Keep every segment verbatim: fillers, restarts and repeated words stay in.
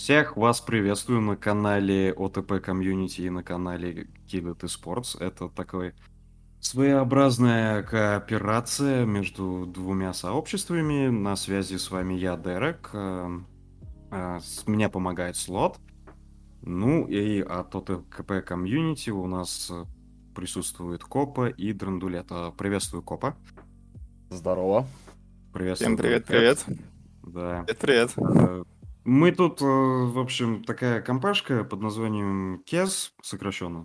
Всех вас приветствую на канале о тэ пэ Community и на канале Kided Esports. Это такой своеобразная кооперация между двумя сообществами. На связи с вами я, Дерек. э, э, с- Мне помогает Слот. Ну и от о тэ пэ Community у нас э, присутствует Копа и Драндулет. Э, Приветствую, Копа. Здорово. Приветствую, Всем привет, Драндулет. привет. Да. Привет, привет. Э, Мы тут, э, в общем, такая компашка под названием кес, сокращенно.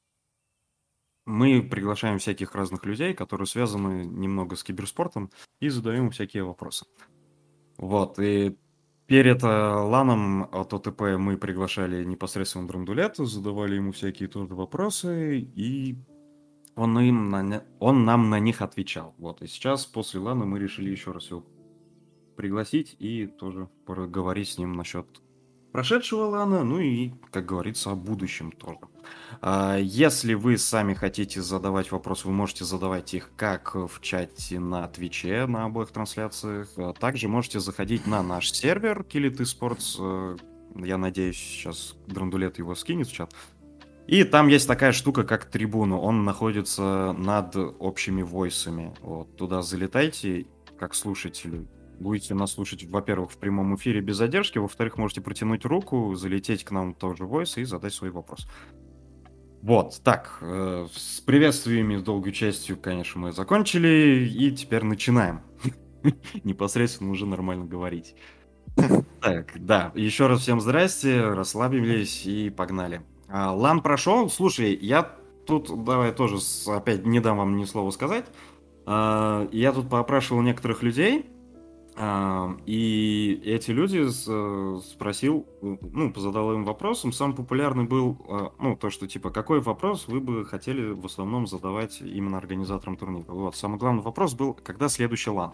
Мы приглашаем всяких разных людей, которые связаны немного с киберспортом, и задаем им всякие вопросы. Вот, и перед э, ланом от о тэ пэ мы приглашали непосредственно Драндулета, задавали ему всякие тоже вопросы, и он, им на не- он нам на них отвечал. Вот, и сейчас после лана мы решили еще раз его пригласить и тоже поговорить с ним насчет прошедшего лана, ну и, как говорится, о будущем тоже. А, Если вы сами хотите задавать вопросы, вы можете задавать их как в чате на Твиче, на обоих трансляциях. а Также можете заходить на наш сервер Kill It Esports. э, Я надеюсь, сейчас Драндулет его скинет в чат. И там есть такая штука, как трибуна. Он находится над общими войсами. Вот, туда залетайте, как слушатели. Будете нас слушать, во-первых, в прямом эфире без задержки, во-вторых, можете протянуть руку, залететь к нам тоже в войс и задать свой вопрос. Вот, так, э, с приветствиями, с долгой частью, конечно, мы закончили, и теперь начинаем. Непосредственно уже нормально говорить. Так, да, еще раз всем здрасте, расслабились и погнали. А, Лан прошел, слушай, я тут, давай тоже с- опять не дам вам ни слова сказать. А, Я тут поопрашивал некоторых людей, а, и эти люди с- э, спросил, э, ну, задал им вопросом. Самый популярный был, а, ну, то, что, типа, какой вопрос вы бы хотели в основном задавать именно организаторам турнира? Вот, самый главный вопрос был, когда следующий лан?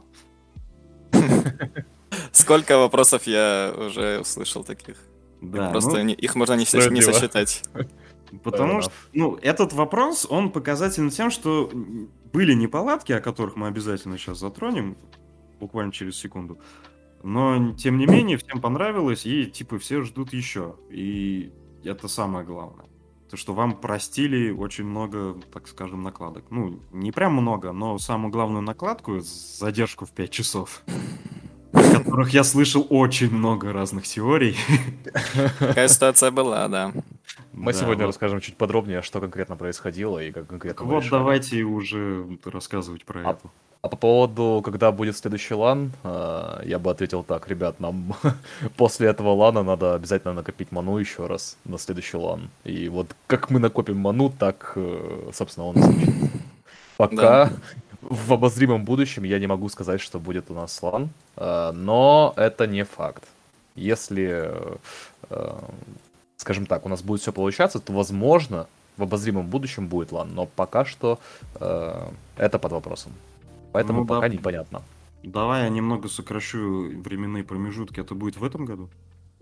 Сколько вопросов я уже услышал таких. И Да, просто ну, не- их можно не, со- не Справедливо. сосчитать. Fair потому что, enough. ну, этот вопрос, он показателен тем, что м, были неполадки, о которых мы обязательно сейчас затронем, буквально через секунду. Но, тем не менее, всем понравилось, и, типа, все ждут еще. И это самое главное. То, что вам простили очень много, так скажем, накладок. Ну, не прям много, но самую главную накладку, задержку в пять часов, о которых я слышал очень много разных теорий. Такая ситуация была, да. Мы Да, сегодня вот. расскажем чуть подробнее, что конкретно происходило и как Так конкретно мы вот, решали. давайте уже рассказывать про А, это. а по поводу, когда будет следующий лан, э, я бы ответил так, ребят, нам после этого лана надо обязательно накопить ману еще раз на следующий лан. И вот как мы накопим ману, так, э, собственно, он и случится. Да. Пока в обозримом будущем я не могу сказать, что будет у нас лан, э, но это не факт. Если, э, скажем так, у нас будет все получаться, то, возможно, в обозримом будущем будет лан, но пока что э, это под вопросом. Поэтому Ну, да, пока непонятно. давай я немного сокращу временные промежутки. Это будет в этом году?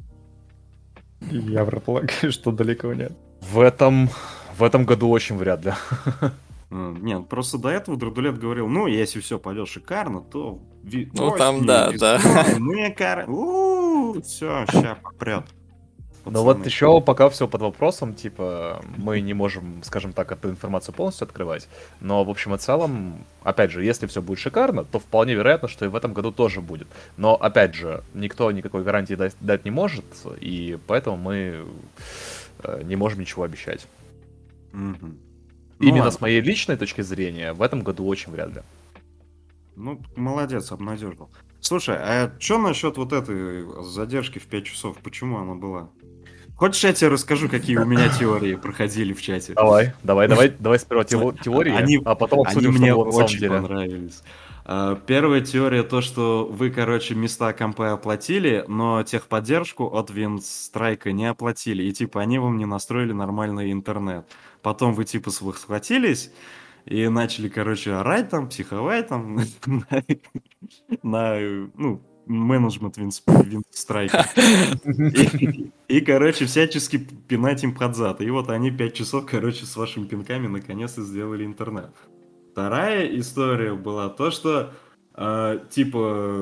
Я предполагаю, что далеко нет. В этом, в этом году очень вряд ли. А, Нет, просто до этого Драндулет говорил, ну, если все пойдет шикарно, то ви- Ну, там, осенью, да, да. весной мы кар... Все, ща попрет. Но вот Пацаны. еще пока все под вопросом, типа, мы не можем, скажем так, эту информацию полностью открывать. Но, в общем и целом, опять же, если все будет шикарно, то вполне вероятно, что и в этом году тоже будет. Но, опять же, никто никакой гарантии дать, дать не может, и поэтому мы э, не можем ничего обещать. Мгм. Ну, Именно ладно. с моей личной точки зрения, в этом году очень вряд ли. Ну, молодец, обнадежил. Слушай, а что насчет вот этой задержки в пять часов? Почему она была? Хочешь, я тебе расскажу, какие у меня теории проходили в чате? Давай, давай, давай, давай сперва тео- теории, Они, а потом они обсудим, что мне было на самом очень деле. понравились. А, Первая теория то, что вы, короче, места компа оплатили, но техподдержку от Винстрайка не оплатили. И типа они вам не настроили нормальный интернет. Потом вы типа схва- схватились и начали, короче, орать там, психовать там на, на, ну, менеджмент Винс- Винстрайка. И, и, короче, всячески пинать им под зад. И вот они пять часов, короче, с вашими пинками наконец-то сделали интернет. Вторая история была то, что, э, типа,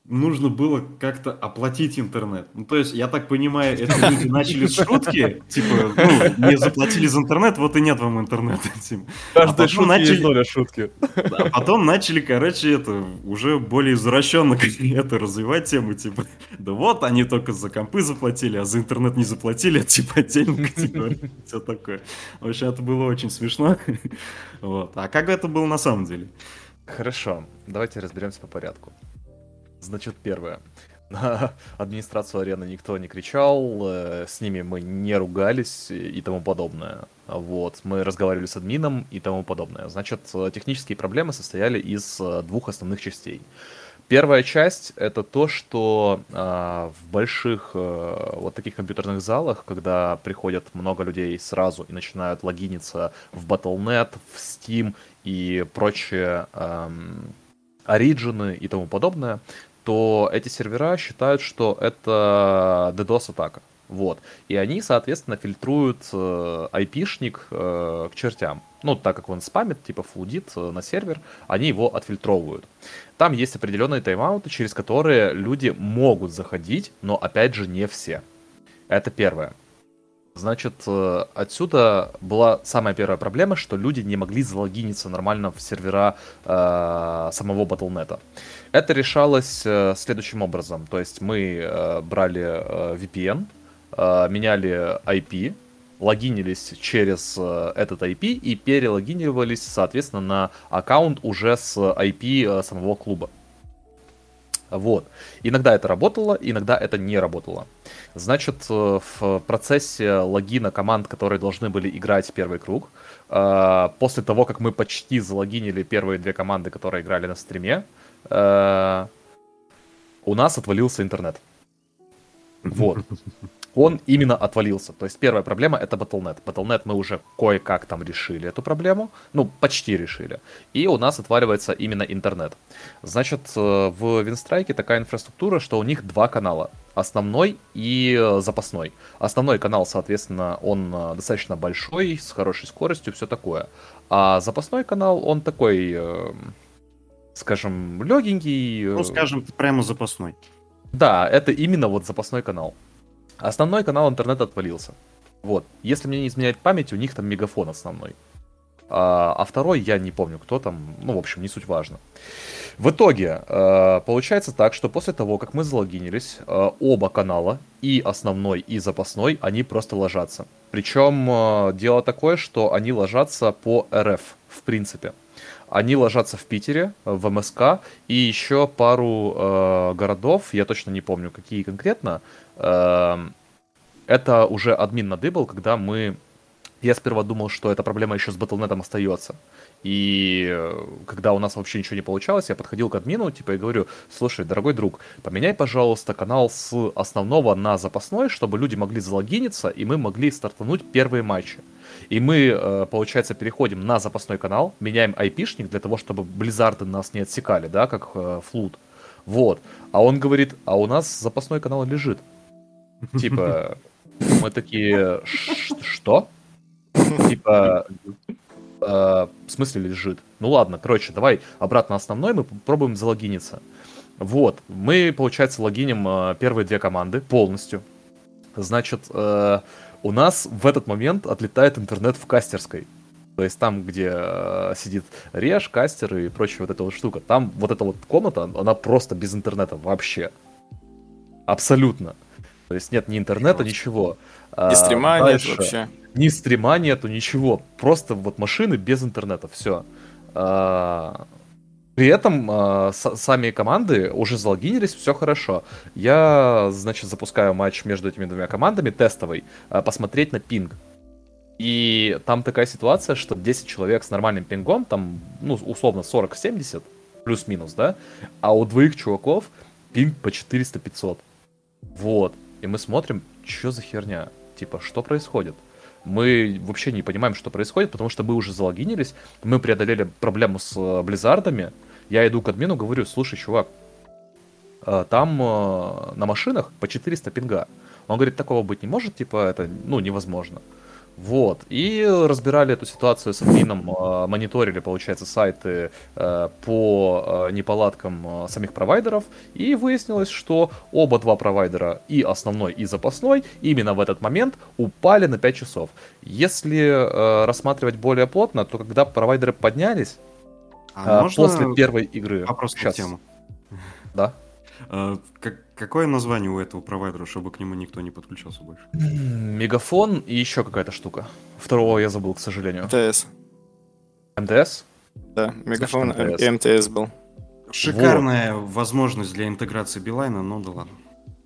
нужно было как-то оплатить интернет. Ну, то есть, я так понимаю, это люди начали с шутки, типа, ну, не заплатили за интернет, вот и нет вам интернета. Типа. А Каждой потом шутки есть начали, доля шутки. а потом начали, короче, это уже более извращенно это развивать тему, типа, да вот, они только за компы заплатили, а за интернет не заплатили, это типа отдельно категория, все такое. В общем, это было очень смешно. Вот. А как это было на самом деле? Хорошо, давайте разберемся по порядку. Значит, первое. На администрацию арены никто не кричал, э, с ними мы не ругались и тому подобное. Вот, мы разговаривали с админом и тому подобное. Значит, э, технические проблемы состояли из э, двух основных частей. Первая часть — это то, что э, в больших э, вот таких компьютерных залах, когда приходят много людей сразу и начинают логиниться в батл точка нет, в Steam и прочие эм, Origin и тому подобное, то эти сервера считают, что это DDoS-атака. Вот. И они, соответственно, фильтруют э, айпишник э, к чертям. Ну, так как он спамит, типа флудит э, на сервер, они его отфильтровывают. Там есть определенные тайм-ауты, через которые люди могут заходить, но, опять же, не все. Это первое. Значит, э, отсюда была самая первая проблема, что люди не могли залогиниться нормально в сервера э, самого батл точка нет. Это решалось э, следующим образом. То есть мы э, брали э, ви пи эн, э, меняли ай пи, логинились через э, этот ай пи и перелогинивались, соответственно, на аккаунт уже с ай пи э, самого клуба. Вот. Иногда это работало, иногда это не работало. Значит, в процессе логина команд, которые должны были играть первый круг, после того, как мы почти залогинили первые две команды, которые играли на стриме, у нас отвалился интернет. Вот. Он именно отвалился. То есть первая проблема — это батл точка нет. батл точка нет мы уже кое-как там решили эту проблему. Ну, почти решили. И у нас отваливается именно интернет. Значит, в Винстрайке такая инфраструктура, что у них два канала. Основной и запасной. Основной канал, соответственно, он достаточно большой, с хорошей скоростью, все такое. А запасной канал, он такой, скажем, легенький. Ну, скажем, прямо запасной. Да, это именно вот запасной канал. Основной канал интернета отвалился. Вот. Если мне не изменяет память, у них там мегафон основной. А, а второй я не помню, кто там. Ну, в общем, не суть важно. В итоге, э, получается так, что после того, как мы залогинились, э, оба канала, и основной, и запасной, они просто ложатся. Причем э, дело такое, что они ложатся по эр эф, в принципе. Они ложатся в Питере, в эм эс ка, и еще пару э, городов, я точно не помню, какие конкретно. Э, это уже админ надыбал, когда мы... Я сперва думал, что эта проблема еще с батл точка нет остается. И когда у нас вообще ничего не получалось, я подходил к админу, типа, и говорю: слушай, дорогой друг, поменяй, пожалуйста, канал с основного на запасной, чтобы люди могли залогиниться, и мы могли стартануть первые матчи. И мы, получается, переходим на запасной канал, меняем айпишник для того, чтобы близзарды нас не отсекали, да, как флут. Вот. А он говорит: а у нас запасной канал лежит. Типа, мы такие: что? Типа, э, в смысле лежит? Ну ладно, короче, давай обратно основной, мы попробуем залогиниться. Вот, мы, получается, логиним э, первые две команды полностью. Значит, э, у нас в этот момент отлетает интернет в кастерской. То есть там, где э, сидит Реж, кастер и прочая вот эта вот штука. Там вот эта вот комната, она просто без интернета вообще. Абсолютно. То есть нет ни интернета, ничего. Ни стрима нет вообще. Ни стрима нету, ничего. Просто вот машины без интернета, все. При этом э, с- сами команды уже залогинились, все хорошо. Я, значит, запускаю матч между этими двумя командами, тестовый, э, посмотреть на пинг. И там такая ситуация, что десять человек с нормальным пингом, там, ну, условно, сорок-семьдесят, плюс-минус, да, а у двоих чуваков пинг по четыреста-пятьсот. Вот. И мы смотрим, что за херня? Типа, что происходит? Мы вообще не понимаем, что происходит, потому что мы уже залогинились, мы преодолели проблему с э, близзардами. Я иду к админу, говорю: слушай, чувак, э, там э, на машинах по четыреста пинга. Он говорит: такого быть не может, типа, это, ну, невозможно. Вот, и разбирали эту ситуацию с админом, э, мониторили, получается, сайты э, по э, неполадкам э, самих провайдеров, и выяснилось, что оба два провайдера, и основной, и запасной, именно в этот момент упали на пять часов. Если э, рассматривать более плотно, то когда провайдеры поднялись, А э, можно после первой игры... вопрос на Щас. тему? Да. А, как- какое название у этого провайдера, чтобы к нему никто не подключался больше? Мегафон и еще какая-то штука. Второго я забыл, к сожалению. МТС. МТС? Да, Мегафон МТС? и МТС был. Шикарная возможность для интеграции Билайна, ну да ладно.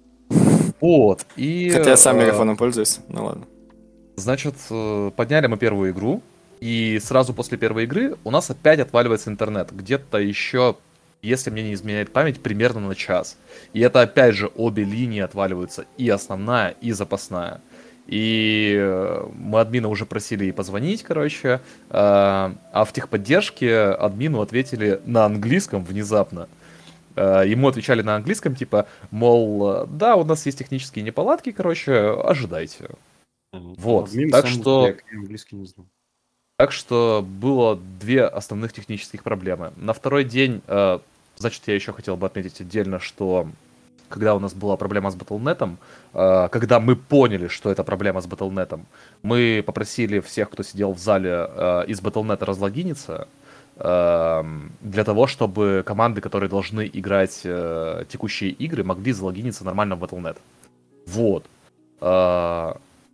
Вот, и... Хотя я сам э, Мегафоном пользуюсь, ну ладно. Значит, э, подняли мы первую игру, и сразу после первой игры у нас опять отваливается интернет. Где-то еще, если мне не изменяет память, примерно на час. И это опять же обе линии отваливаются, и основная, и запасная. И э, мы админа уже просили ей позвонить, короче, э, а в техподдержке админу ответили на английском внезапно. Э, Ему отвечали на английском, типа, мол, да, у нас есть технические неполадки, короче, ожидайте. Вот, Админ так сам что- я английский не знал. Так что было две основных технических проблемы. На второй день, э, значит, я еще хотел бы отметить отдельно, что когда у нас была проблема с батлнетом, э, когда мы поняли, что это проблема с батлнетом, мы попросили всех, кто сидел в зале, э, из батлнета разлогиниться, э, для того, чтобы команды, которые должны играть э, текущие игры, могли залогиниться нормально в батлнет. Вот. Э,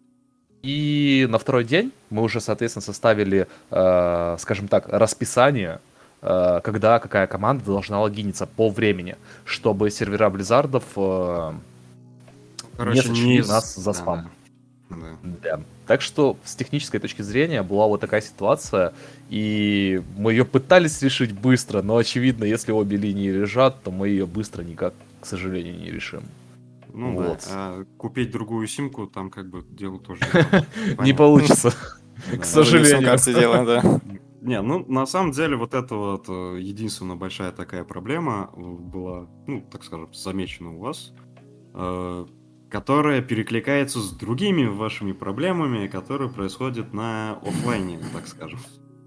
И на второй день мы уже, соответственно, составили, э, скажем так, расписание, э, когда какая команда должна логиниться по времени, чтобы сервера Близзардов э, не сочли из- нас за да, спам. да, да. Да. Так что с технической точки зрения была вот такая ситуация, и мы ее пытались решить быстро, но очевидно, если обе линии лежат, то мы ее быстро никак, к сожалению, не решим. Ну Вот. да, а купить другую симку, там как бы дело тоже Не понятно. получится, Да. к С сожалению. карте дело, да. Не, ну на самом деле вот это вот э, единственная большая такая проблема э, была, ну так скажем, замечена у вас, э, которая перекликается с другими вашими проблемами, которые происходят на оффлайне, так скажем.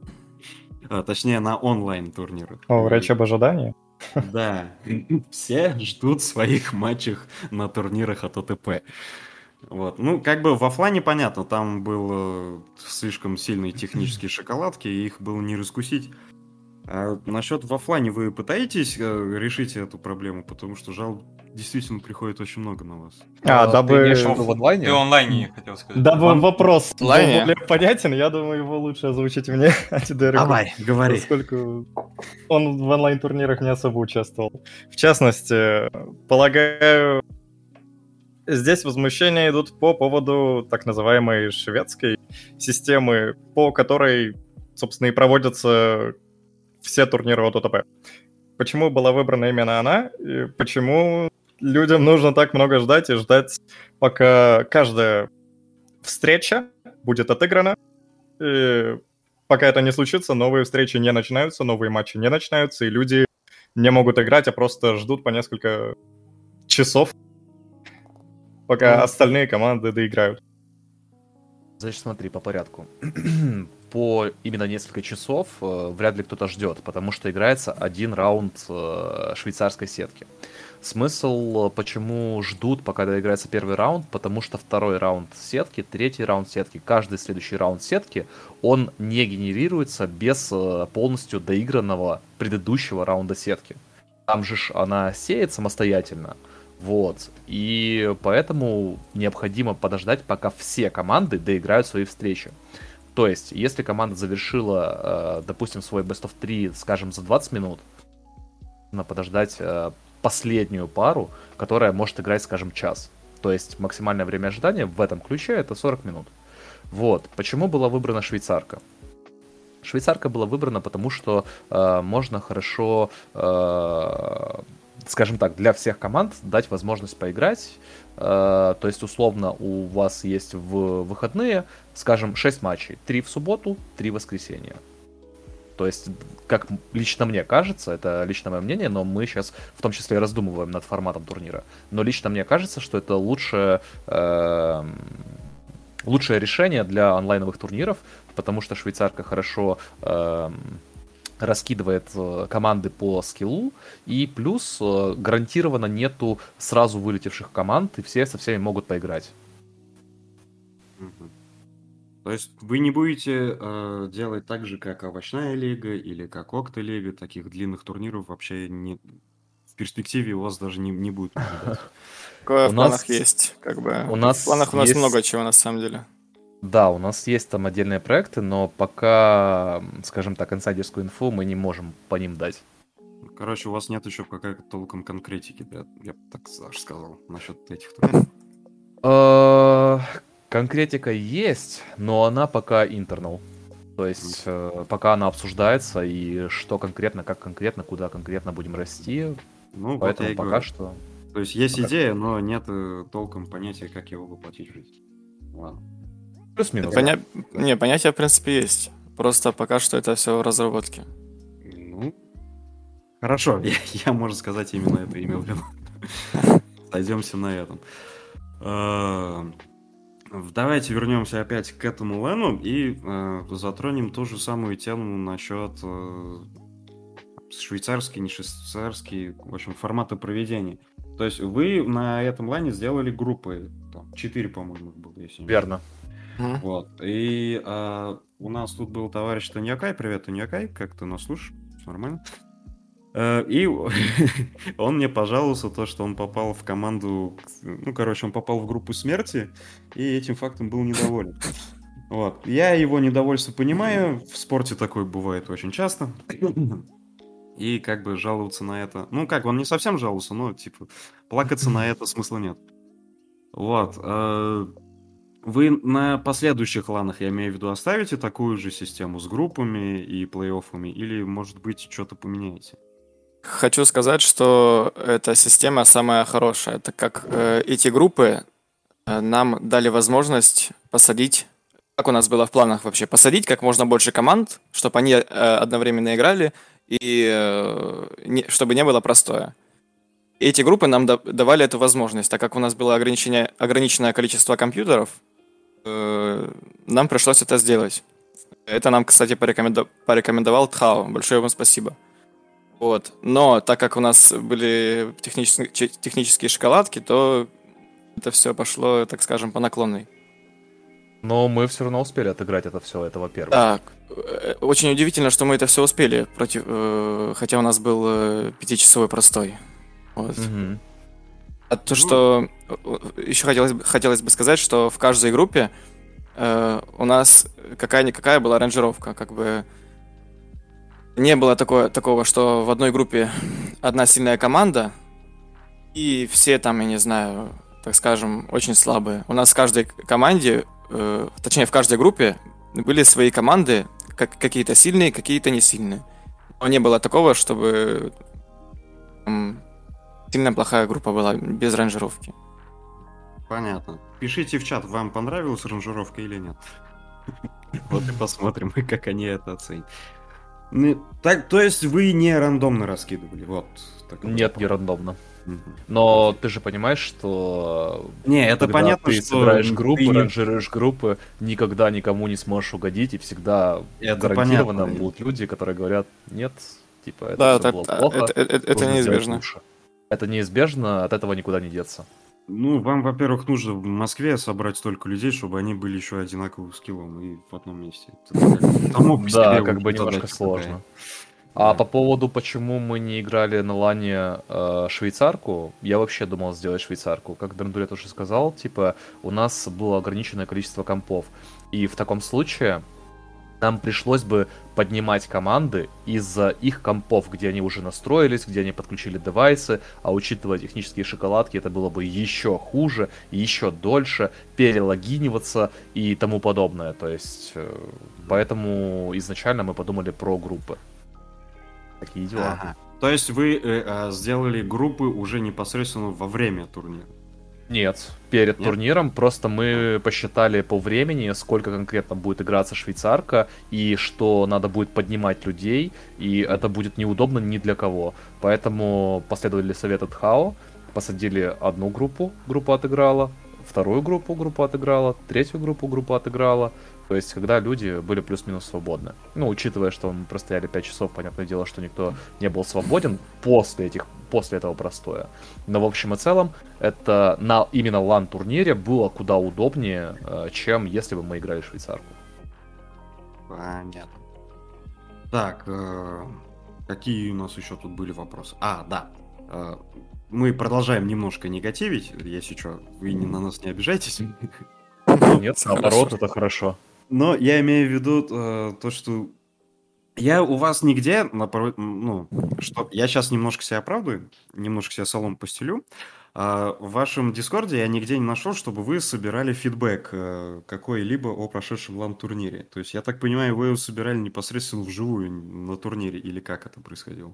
А, точнее, на онлайн турнирах. О, врач об ожидании. Да, все ждут своих матчей на турнирах от ОТП. Вот. Ну, как бы в оффлайне понятно, там было слишком сильные технические шоколадки, и их было не раскусить. А насчет в оффлайне вы пытаетесь э, решить эту проблему, потому что жалоб действительно приходит очень много на вас. А, Ты дабы... имеешь в виду в онлайне? Ты онлайне, я хотел сказать. Дабы Вам- вопрос был Онлайне? более понятен, я думаю, его лучше озвучить мне, а не Дереку. говори. Поскольку он в онлайн-турнирах не особо участвовал. В частности, полагаю, здесь возмущения идут по поводу так называемой шведской системы, по которой, собственно, и проводятся все турниры от ОТП. Почему была выбрана именно она? И почему людям нужно так много ждать и ждать, пока каждая встреча будет отыграна? И пока это не случится, новые встречи не начинаются, новые матчи не начинаются, и люди не могут играть, а просто ждут по несколько часов, пока Ну. остальные команды доиграют. Значит, смотри, по порядку. По именно несколько часов э, вряд ли кто-то ждет, потому что играется один раунд э, швейцарской сетки. Смысл, э, почему ждут, пока доиграется первый раунд, потому что второй раунд сетки, третий раунд сетки, каждый следующий раунд сетки, он не генерируется без э, полностью доигранного предыдущего раунда сетки. Там же ж она сеет самостоятельно. Вот. И поэтому необходимо подождать, пока все команды доиграют свои встречи. То есть, если команда завершила, э, допустим, свой Best of три, скажем, за двадцать минут, нужно подождать э, последнюю пару, которая может играть, скажем, час. То есть, максимальное время ожидания в этом ключе это сорок минут. Вот. Почему была выбрана швейцарка? Швейцарка была выбрана, потому что э, можно хорошо, э, скажем так, для всех команд дать возможность поиграть. Э, то есть, условно, у вас есть в выходные, скажем, шесть матчей. три в субботу, три в воскресенье. То есть, как лично мне кажется, это лично мое мнение, но мы сейчас в том числе и раздумываем над форматом турнира. Но лично мне кажется, что это лучше, э, лучшее решение для онлайновых турниров, потому что швейцарка хорошо э, раскидывает э, команды по скиллу, и плюс э, гарантированно нету сразу вылетевших команд, и все со всеми могут поиграть. Мгм. То есть вы не будете э, делать так же, как овощная лига или как Окта-лига, таких длинных турниров вообще не... в перспективе у вас даже не, не будет наблюдаться. Такое У в планах нас, есть, как бы. у В нас планах у нас много есть, чего на самом деле. да, у нас есть там отдельные проекты, но пока, м, скажем так, инсайдерскую инфу мы не можем по ним дать. Короче, у вас нет еще какой-то толком конкретики, я, я бы так аж сказал, насчет этих турниров. Э, Конкретика есть, но она пока internal. То есть э, пока она обсуждается, и что конкретно, как конкретно, куда конкретно будем расти, Ну, вот я поэтому и пока говорю. что... То есть есть пока что идея, но нет э, толком понятия, как его воплотить в жизнь. Ладно. плюс-минус, да. Поня... Не, понятие, в принципе, есть. Просто пока что это все в разработке. Ну, хорошо, я, я, можно сказать, именно это имел в виду. Сойдемся на этом. Э, Давайте вернемся опять к этому Лену и э, затронем ту же самую тему насчет э, швейцарский, не швейцарский, в общем, формата проведения. То есть вы на этом лане сделали группы, там, четыре, по-моему, их было, если не Верно. Мгм. Вот. И а, у нас тут был товарищ Таньякай. Привет, Таньякай. Как ты нас слушаешь? Всё нормально? Э, И он мне пожаловался, то, что он попал в команду... Ну, короче, он попал в группу смерти, и этим фактом был недоволен. Вот. Я его недовольство понимаю. В спорте такое бывает очень часто. И как бы жаловаться на это... Ну, как, он не совсем жаловался, но, типа, плакаться на это смысла нет. Вот. э, Вы на последующих ланах, я имею в виду, оставите такую же систему с группами и плей-оффами, или, может быть, что-то поменяете? Хочу сказать, что эта система самая хорошая, так как э, эти группы э, нам дали возможность посадить, как у нас было в планах вообще, посадить как можно больше команд, чтобы они э, одновременно играли, и э, не- чтобы не было простоя. И эти группы нам да- давали эту возможность, так как у нас было ограничение, ограниченное количество компьютеров, э, нам пришлось это сделать. Это нам, кстати, порекоменда- порекомендовал Тхао. Большое вам спасибо. Вот. Но так как у нас были технические, че- технические шоколадки, то это все пошло, так скажем, по наклонной. Но мы все равно успели отыграть это все, это во-первых. Так, э, очень удивительно, что мы это все успели, против, э, хотя у нас был э, пятичасовой простой. Вот. Мгм. А то, Ну, что еще хотелось, бы- хотелось бы сказать, что в каждой группе э, у нас какая-никакая была ранжировка, как бы не было такое, такого, что в одной группе одна сильная команда, и все там, я не знаю, так скажем, очень слабые. У нас в каждой команде, э, точнее, в каждой группе были свои команды, как, какие-то сильные, какие-то не сильные. Но не было такого, чтобы там, сильно плохая группа была без ранжировки. Понятно. Пишите в чат, вам понравилась ранжировка или нет. Вот и посмотрим, как они это оценят. Ну, так, то есть вы не рандомно раскидывали, вот. такой Нет, не вопрос. рандомно. Мгм. Но ты же понимаешь, что Не, это когда понятно, ты что собираешь ты группы, не- ранжируешь группы, никогда никому не сможешь угодить, и всегда Это гарантированно понятно. будут люди, которые говорят, нет, типа, это Да, все это, было это, плохо, это- это нужно сделать неизбежно. лучше. Это неизбежно, от этого никуда не деться. Ну, вам, во-первых, нужно в Москве собрать столько людей, чтобы они были еще одинаковым скиллом и в одном месте. Это как- само по Да, себе как уже бы немножко задача сложно. такая. А Да. по поводу, почему мы не играли на лане э, швейцарку, я вообще думал сделать швейцарку. Как Драндулет уже сказал, типа, у нас было ограниченное количество компов. И в таком случае нам пришлось бы поднимать команды из-за их компов, где они уже настроились, где они подключили девайсы, а учитывая технические шоколадки, это было бы еще хуже, еще дольше, перелогиниваться и тому подобное. То есть, э, поэтому изначально мы подумали про группы. Такие дела. Ага. То есть вы э, а, сделали группы уже непосредственно во время турнира? Нет, перед Нет? турниром просто мы посчитали по времени, сколько конкретно будет играться швейцарка, и что надо будет поднимать людей, и это будет неудобно ни для кого. Поэтому последовали совету Тхао, посадили одну группу, группа отыграла, вторую группу группа отыграла, третью группу группа отыграла. То есть, когда люди были плюс-минус свободны. Ну, учитывая, что мы простояли пять часов, понятное дело, что никто не был свободен после этих, после этого простоя. Но в общем и целом, это на именно лан-турнире было куда удобнее, э, чем если бы мы играли в швейцарку. Понятно. Так, э, какие у нас еще тут были вопросы? А, да. Э, мы продолжаем немножко негативить, если что, вы не, на нас не обижайтесь. Нет, наоборот, это хорошо. Но я имею в виду э, то, что я у вас нигде, напро- ну, что я сейчас немножко себя оправдываю, немножко себя солом постелю. А в вашем Дискорде я нигде не нашел, чтобы вы собирали фидбэк э, какой-либо о прошедшем лан-турнире. То есть, я так понимаю, вы его собирали непосредственно вживую на турнире, или как это происходило?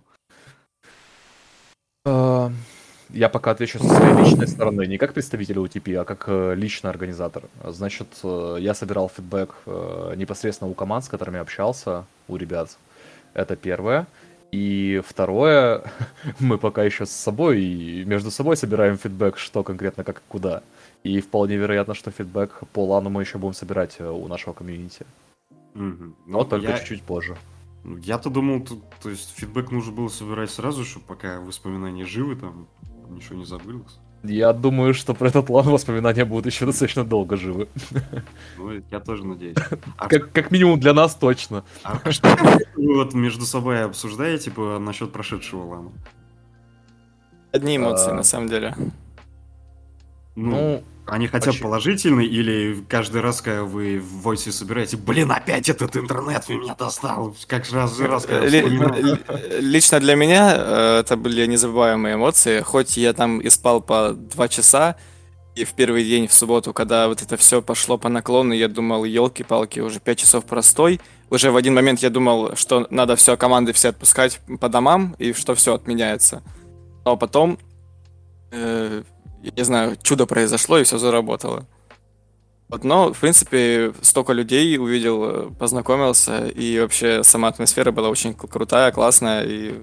Э, Я пока отвечу со своей личной стороны, не как представитель о ти пи, а как э, личный организатор. Значит, э, я собирал фидбэк э, непосредственно у команд, с которыми общался, у ребят. Это первое. И второе, мы пока еще с собой и между собой собираем фидбэк, что конкретно, как и куда. И вполне вероятно, что фидбэк по лану мы еще будем собирать э, у нашего комьюнити. Мгм. Но Ну, только я, чуть-чуть позже. ну, я-то думал, то, то есть фидбэк нужно было собирать сразу, чтобы пока воспоминания живы, там ничего не забылось. Я думаю, что про этот лан воспоминания будут еще достаточно долго живы. Ну, я тоже надеюсь. А Как, как минимум для нас точно. А что вы вот между собой обсуждаете типа, насчет прошедшего лана? Одни эмоции, А, на самом деле. Ну, Ну, они хотя бы почему? положительные, или каждый раз, когда вы в войсе собираете, блин, опять этот интернет меня достал, как раз раз, когда Ли- вспоминаю. ли- Лично для меня э, это были незабываемые эмоции. Хоть я там и спал по два часа, и в первый день, в субботу, когда вот это все пошло по наклону, я думал, елки-палки, уже пять часов простой. Уже в один момент я думал, что надо все, команды все отпускать по домам, и что все отменяется. Но потом, э, я не знаю, чудо произошло, и все заработало. Вот, но, в принципе, столько людей увидел, э, познакомился, и вообще сама атмосфера была очень к- крутая, классная, и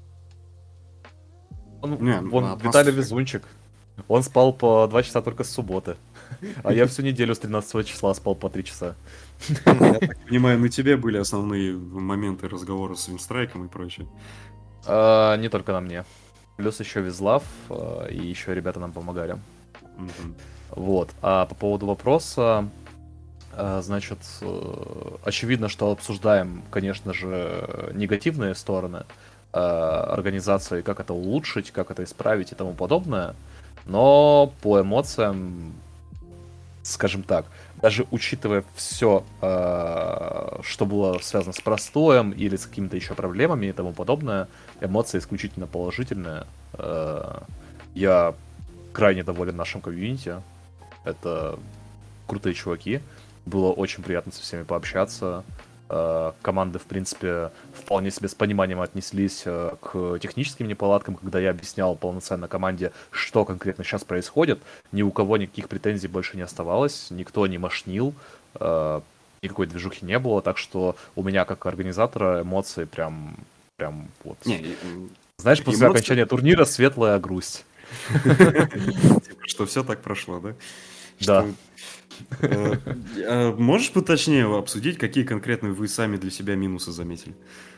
Он- Не, вон, ну, Виталий атмосфера. Везунчик. Он спал по два часа только с субботы. А я всю неделю с тринадцатого числа спал по три часа. Я так понимаю, на тебе были основные моменты разговора с Винстрайком и прочее. А, не только на мне. Плюс еще Визлав, а, и еще ребята нам помогали. Мгм. Вот. А по поводу вопроса, а, значит, э, очевидно, что обсуждаем, конечно же, негативные стороны а, организации, как это улучшить, как это исправить и тому подобное. Но по эмоциям, скажем так, даже учитывая все, что было связано с простоем или с какими-то еще проблемами и тому подобное, эмоции исключительно положительные. Э, Я крайне доволен нашим комьюнити. Это крутые чуваки. Было очень приятно со всеми пообщаться. Э, Команды, в принципе, вполне себе с пониманием отнеслись э, к техническим неполадкам, когда я объяснял полноценно команде, что конкретно сейчас происходит. Ни у кого никаких претензий больше не оставалось, никто не мошнил, э, никакой движухи не было, так что у меня, как организатора, эмоции прям, прям вот... Не, и, м, Знаешь, после эмоции- окончания турнира светлая грусть. типа, что все так прошло, да? Да. Что, э, а можешь поточнее обсудить, какие конкретно вы сами для себя минусы заметили?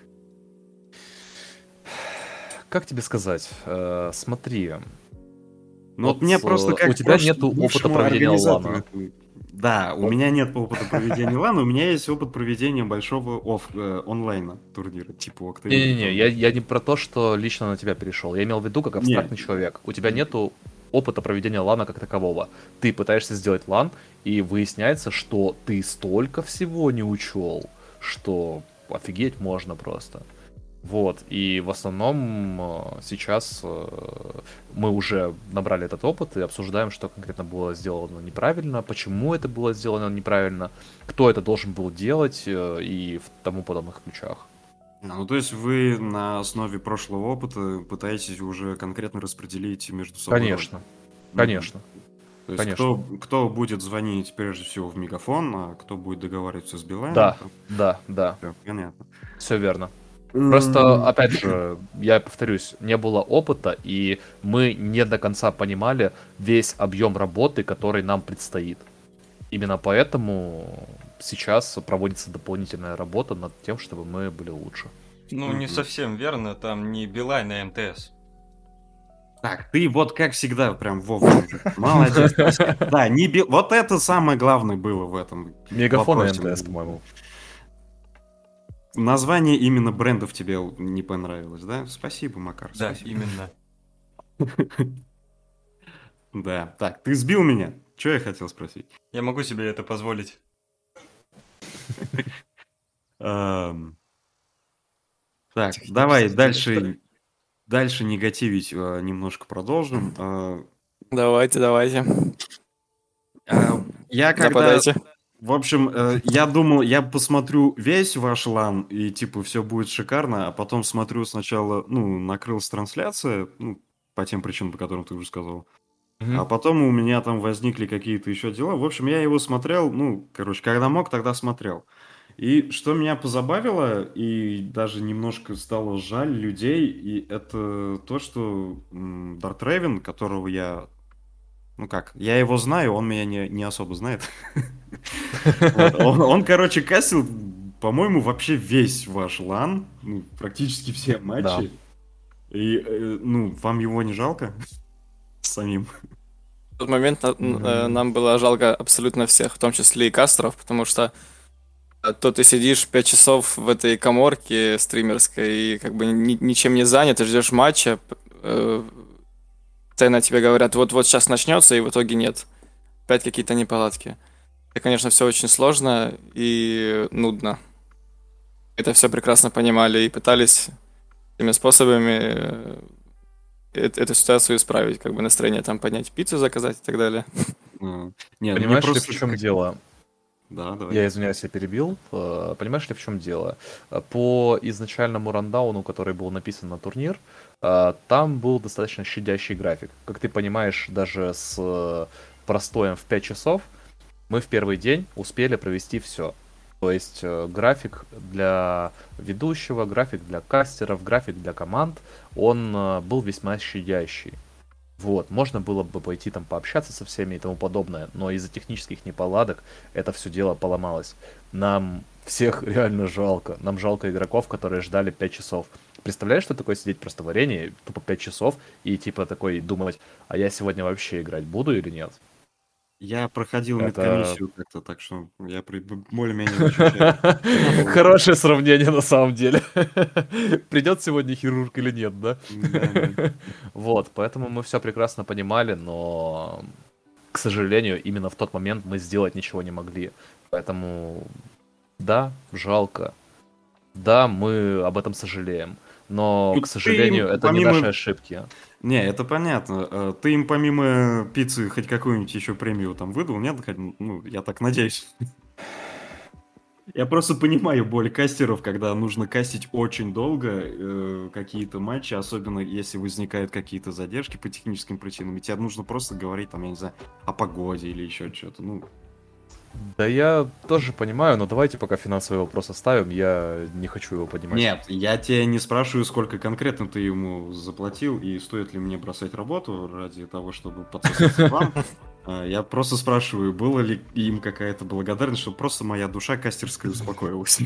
Как тебе сказать? Э, Смотри, Ну, вот Вот, мне просто э, как у тебя прош- нету опыта бывшему проведения организатору лана. это- Да, у Вот. меня нет опыта проведения лана, у меня есть опыт проведения большого оф, э, онлайна турнира, типа Octavia. Не-не-не, я, я не про то, что лично на тебя перешел. Я имел в виду как абстрактный Не. человек. У тебя нету опыта проведения лана как такового. Ты пытаешься сделать лан, и выясняется, что ты столько всего не учел, что офигеть можно просто. Вот, и в основном э, сейчас э, мы уже набрали этот опыт и обсуждаем, что конкретно было сделано неправильно, почему это было сделано неправильно, кто это должен был делать э, и в тому подобных ключах. А, Ну, то есть вы на основе прошлого опыта пытаетесь уже конкретно распределить между собой. Конечно, Мгм. конечно. То есть конечно. кто, кто будет звонить прежде всего в мегафон, а кто будет договариваться с Билайном? Да, там, да, да, всё понятно. все верно. Просто, опять же, я повторюсь, не было опыта, и мы не до конца понимали весь объем работы, который нам предстоит. Именно поэтому сейчас проводится дополнительная работа над тем, чтобы мы были лучше. Ну, не Мгм. совсем верно, там не Билайн, а МТС. Так, ты вот как всегда прям вовремя. Молодец, спасибо. Да, не би- вот это самое главное было в этом Мегафон и вопросе. МТС, по-моему. Название именно брендов тебе не понравилось, да? Спасибо, Макар, Да, спасибо. именно. Да, так, ты сбил меня. Что я хотел спросить? Я могу себе это позволить. Ам, Так, Технически давай директор. дальше, дальше негативить э, немножко продолжим. А, Давайте, давайте. а, Я когда, Нападайте. в общем, э, я думал, я посмотрю весь ваш лан, и типа все будет шикарно, а потом смотрю сначала, ну, накрылась трансляция, ну, по тем причинам, по которым ты уже сказал. Мгм. А потом у меня там возникли какие-то еще дела. В общем, я его смотрел, ну, короче, когда мог, тогда смотрел. И что меня позабавило, и даже немножко стало жаль людей, и это то, что м, Дарт Рейвен, которого я, ну как, я его знаю, он меня не, не особо знает. Вот, Он, он, короче, кассил, по-моему, вообще весь ваш лан, ну, практически все матчи. И, э, ну, вам его не жалко? Самим? В тот момент на- н- э, М. нам было жалко абсолютно всех, в том числе и кастеров, потому что э, то ты сидишь пять часов в этой каморке стримерской и как бы ни- ничем не занят, и ждешь матча, п- э, постоянно тебе говорят, вот-вот сейчас начнется, и в итоге нет. Опять какие-то неполадки. Это, конечно, все очень сложно и нудно. Это все прекрасно понимали и пытались всеми способами э, э- эту ситуацию исправить, как бы настроение там поднять, пиццу заказать и так далее. А, Не, ну мне Понимаешь ли, просто... в чем как- дело? Да, давай. Я извиняюсь, я перебил. Э, Понимаешь ли, в чем дело? Э, По изначальному рандауну, который был написан на турнир, э, там был достаточно щадящий график. Как ты понимаешь, даже с э, простоем в пять часов мы в первый день успели провести все. То есть э, график для ведущего, график для кастеров, график для команд, он э, был весьма щадящий. Вот, можно было бы пойти там пообщаться со всеми и тому подобное, но из-за технических неполадок это все дело поломалось. Нам всех реально жалко. Нам жалко игроков, которые ждали пять часов. Представляешь, что такое сидеть просто в арене, тупо пять часов, и типа такой думать, а я сегодня вообще играть буду или нет? Я проходил Это- медкомиссию как-то, так что я при- более-менее ощущаю. Хорошее сравнение на самом деле. Придет сегодня хирург или нет, да? Да-да. Вот, поэтому мы все прекрасно понимали, но, к сожалению, именно в тот момент мы сделать ничего не могли. Поэтому, да, жалко. Да, мы об этом сожалеем. Но, Ну, к ты сожалению, это не помимо- наши ошибки. Не, это понятно. Э, Ты им помимо пиццы хоть какую-нибудь еще премию там выдал, нет? Хоть, ну, я так надеюсь. Я просто понимаю боль кастеров, когда нужно кастить очень долго э, какие-то матчи, особенно если возникают какие-то задержки по техническим причинам, и тебе нужно просто говорить, там, я не знаю, о погоде или еще что-то. Ну, Да я тоже понимаю, но давайте пока финансовый вопрос оставим, я не хочу его поднимать. нет, я тебя не спрашиваю, сколько конкретно ты ему заплатил и стоит ли мне бросать работу ради того, чтобы подсосаться к вам. А, Я просто спрашиваю, было ли им какая-то благодарность, чтобы просто моя душа кастерская успокоилась.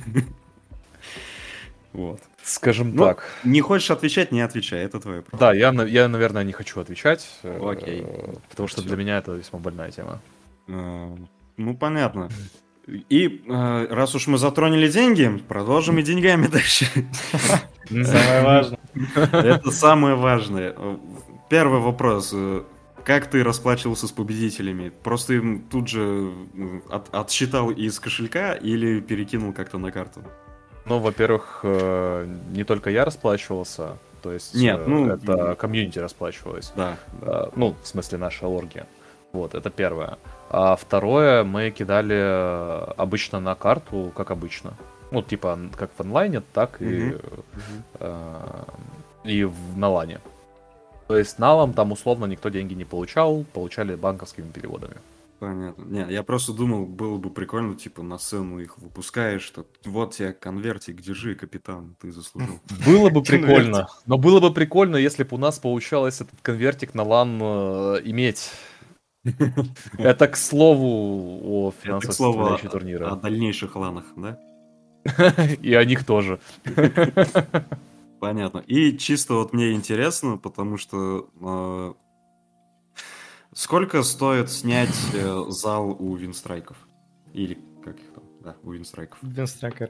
Вот. Скажем Ну, так. Не хочешь отвечать, не отвечай, это твое право. Да, я, на- я, наверное, не хочу отвечать, э, Окей. потому что Всё. для меня это весьма больная тема. А, Ну, понятно. И э, раз уж мы затронули деньги, продолжим и деньгами дальше. Самое важное. Это самое важное. Первый вопрос. э, Как ты расплачивался с победителями? Просто им тут же м, от- отсчитал из кошелька или перекинул как-то на карту? Ну, во-первых, э, не только я расплачивался, то есть Нет, э, ну, это комьюнити расплачивалось. Да. да. Э, Ну, в смысле, наша оргия. Вот, это первое. А второе, мы кидали э, обычно на карту, как обычно. Ну, типа, н- как в онлайне, так и, Мгм. э, и в, на лане. То есть налом там условно никто деньги не получал, получали банковскими переводами. Понятно. Не, я просто думал, было бы прикольно, типа, на сцену их выпускаешь, что вот тебе конвертик, держи, капитан, ты заслужил. Было бы Конвертик. прикольно. Но было бы прикольно, если бы у нас получалось этот конвертик на лан э, иметь. Это к слову о Это, финансовой к слову, составляющей о, о турнира. дальнейших ланах, да? И о них тоже. Понятно. И чисто вот мне интересно, потому что э, сколько стоит снять э, зал у винстрайков? Или как их там? Да, у винстрайков. Винстрайк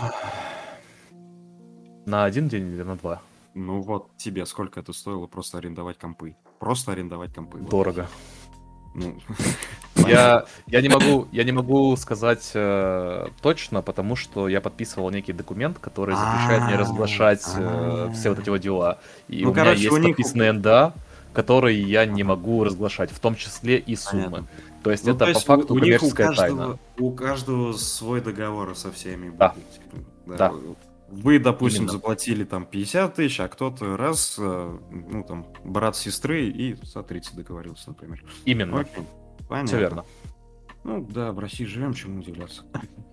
На один день или на два? Ну вот тебе сколько это стоило просто арендовать компы? Просто арендовать компы. вот. Дорого. Ну, Я, я, не могу, я не могу сказать э, точно, потому что я подписывал некий документ, который запрещает мне А, разглашать э, а. все вот эти вот дела. И Ну, у меня короче, есть у них- подписанный эн дэ а, который я не Ага. могу разглашать, в том числе и суммы. Понятно. То есть Ну, это то по есть факту у, у них у коммерческая каждого, тайна. у каждого свой договор со всеми Да. будет. типа, Да. Вы, допустим, Именно. заплатили там пятьдесят тысяч, а кто-то раз, э, ну там, брат сестры и за тридцать договорился, например. Именно. Окей, понятно. Все верно. Ну да, в России живем, чему удивляться.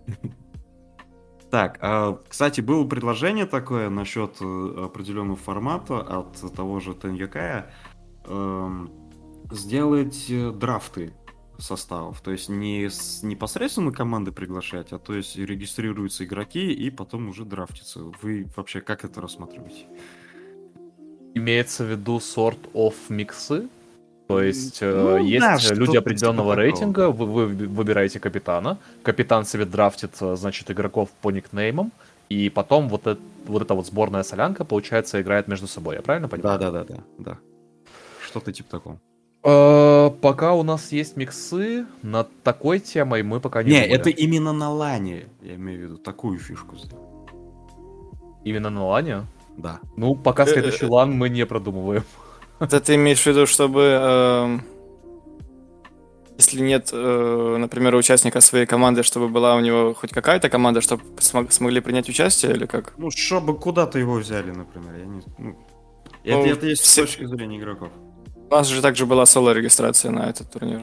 Так, а, кстати, было предложение такое насчет э, определенного формата от того же Теньякая эм, сделать э, драфты составов. То есть не с непосредственно команды приглашать, а то есть регистрируются игроки и потом уже драфтятся. Вы вообще как это рассматриваете? Имеется в виду sort of миксы. То есть э, Ну есть да, люди что-то определенного типа такого. рейтинга, вы, вы выбираете капитана, капитан себе драфтит, э, значит, игроков по никнеймам, и потом вот, это, вот эта вот сборная солянка, получается, играет между собой, я правильно понимаю? Да, да, да, да, да. Что-то типа такого. Э, пока у нас есть миксы, над такой темой мы пока не Не, думали. это именно на лане, я имею в виду, такую фишку сделать. Именно на лане? Да. Ну, пока Э, следующий лан мы не продумываем. Это ты имеешь в виду, чтобы, эм, если нет, э, например, участника своей команды, чтобы была у него хоть какая-то команда, чтобы смог- смогли принять участие, или как? Ну, чтобы куда-то его взяли, например. Я не... ну, это, Ну, это есть все- с точки зрения игроков. У нас же также была соло-регистрация на этот турнир,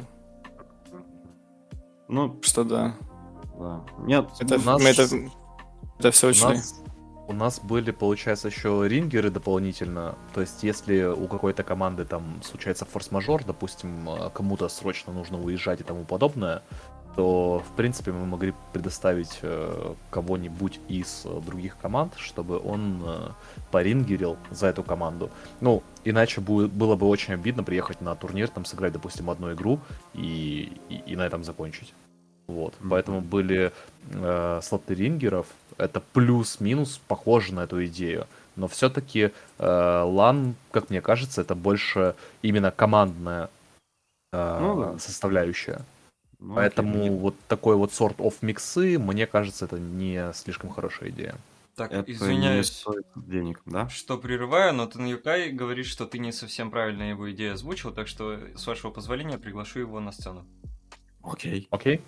Ну, что да. да. Нет, Это, У нас- мы это, это все У учли. нас, у нас были, получается, еще рингеры дополнительно. То есть, если у какой-то команды там случается форс-мажор, допустим, э, кому-то срочно нужно уезжать и тому подобное, то, в принципе, мы могли предоставить э, кого-нибудь из э, других команд, чтобы он э, порингерил за эту команду. Ну, иначе бу- было бы очень обидно приехать на турнир, там сыграть, допустим, одну игру и, и, и на этом закончить. Вот, Мгм. поэтому были э, слоты рингеров. Это плюс-минус похоже на эту идею. Но все-таки э, лан, как мне кажется, это больше именно командная э, Ну да. составляющая. ну, Поэтому окей, мне- вот такой вот sort of миксы, мне кажется, это не слишком хорошая идея. Так, это не извиняюсь, стоит денег, да? что прерываю, но Таньюкай говорит, что ты не совсем правильно его идею озвучил, так что, с вашего позволения, приглашу его на сцену. Окей. Окей?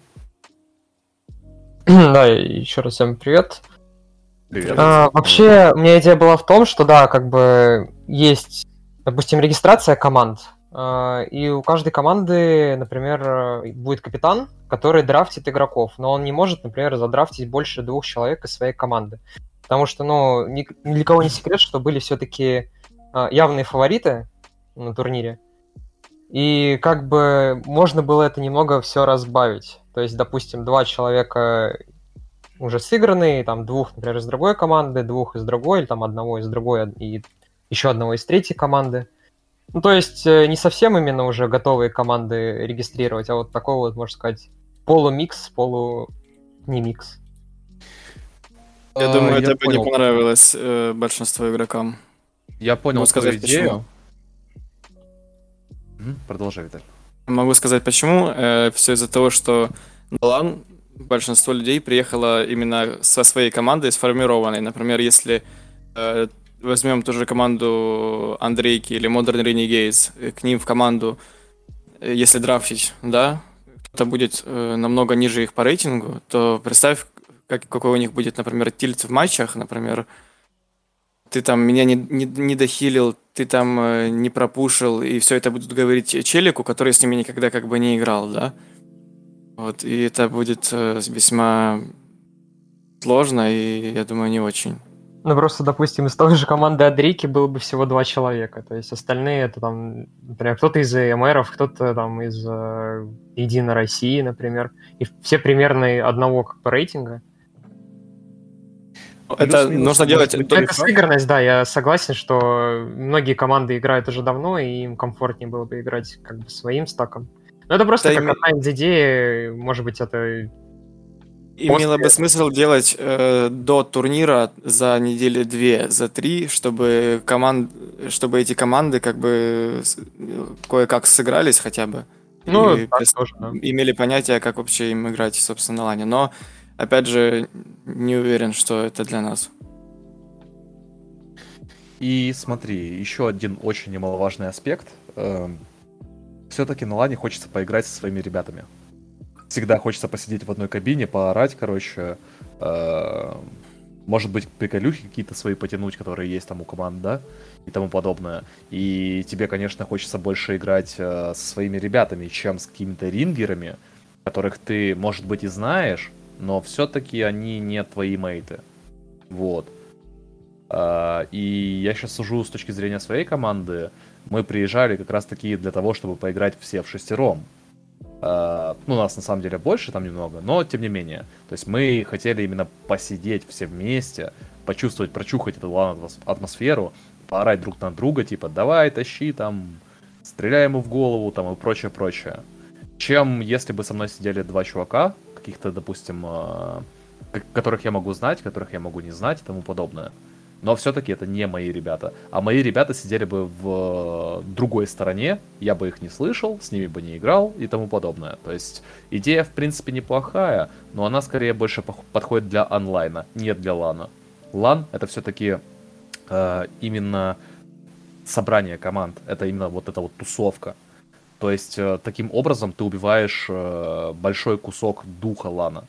Да, еще раз всем привет. Привет. А, вообще, у меня идея была в том, что да, как бы есть, допустим, регистрация команд, а, и у каждой команды, например, э, будет капитан, который драфтит игроков, но он не может, например, задрафтить больше двух человек из своей команды. Потому что, ну, ни, ни для кого не секрет, что были все-таки явные фавориты на турнире. И как бы можно было это немного все разбавить. То есть, допустим, два человека уже сыгранные, там двух, например, из другой команды, двух из другой, или там одного из другой и еще одного из третьей команды. Ну, то есть э, не совсем именно уже готовые команды регистрировать, а вот такой вот, можно сказать, полумикс, полу не микс. Я А, думаю, это бы понял. не понравилось э, большинству игрокам. Я понял Могу твою сказать, идею. почему. Мгм, Продолжай, Виталий. Могу сказать почему. Все из-за того, что на лан большинство людей приехало именно со своей командой сформированной. Например, если э, возьмем ту же команду Андрейки или Modern Renegades, э, к ним в команду, э, если драфтить, да, кто-то будет э, намного ниже их по рейтингу, то представь, как, какой у них будет, например, тильт в матчах, например, ты там меня не, не, не дохилил, ты там э, не пропушил, и все это будут говорить челику, который с ними никогда как бы не играл, да? Вот, и это будет э, весьма сложно и, я думаю, не очень. Ну, просто, допустим, из той же команды Адрики было бы всего два человека. То есть остальные это там, например, кто-то из эм эров, кто-то там из э, Единой России, например. И все примерно одного как бы рейтинга. Это Плюс-минус, нужно может делать быть, только... Это сыгранность, да, я согласен, что многие команды играют уже давно, и им комфортнее было бы играть как бы своим стаком. Но это просто Это как име- одна из идей, может быть, это... Имело После- бы смысл делать э, до турнира за недели две, за три, чтобы команд, чтобы эти команды как бы с- кое-как сыгрались хотя бы Ну, и так прис- тоже, да. имели понятие, как вообще им играть, собственно, на лане. Но опять же, не уверен, что это для нас. И смотри, еще один очень немаловажный аспект. Все-таки на лане хочется поиграть со своими ребятами. Всегда хочется посидеть в одной кабине, поорать, короче. э, Может быть, приколюхи какие-то свои потянуть, которые есть там у команд, да? И тому подобное. И тебе, конечно, хочется больше играть э, со своими ребятами, чем с какими-то рингерами, которых ты, может быть, и знаешь, но все-таки они не твои мейты. Вот. А, И я сейчас сужу с точки зрения своей команды. Мы приезжали как раз таки для того, чтобы поиграть все в шестером. А, Ну, нас на самом деле больше там немного, но тем не менее. То есть мы хотели именно посидеть все вместе, почувствовать, прочухать эту лан-атмосферу, поорать друг на друга, типа, давай, тащи, там, стреляй ему в голову, там, и прочее-прочее. Чем если бы со мной сидели два чувака, каких-то, допустим, а, к- которых я могу знать, которых я могу не знать и тому подобное. Но все-таки это не мои ребята. А мои ребята сидели бы в э, другой стороне, я бы их не слышал, с ними бы не играл и тому подобное. То есть идея, в принципе, неплохая, но она скорее больше пох- подходит для онлайна, не для лана. Лан — это все-таки э, именно собрание команд, это именно вот эта вот тусовка. То есть э, таким образом ты убиваешь э, большой кусок духа лана.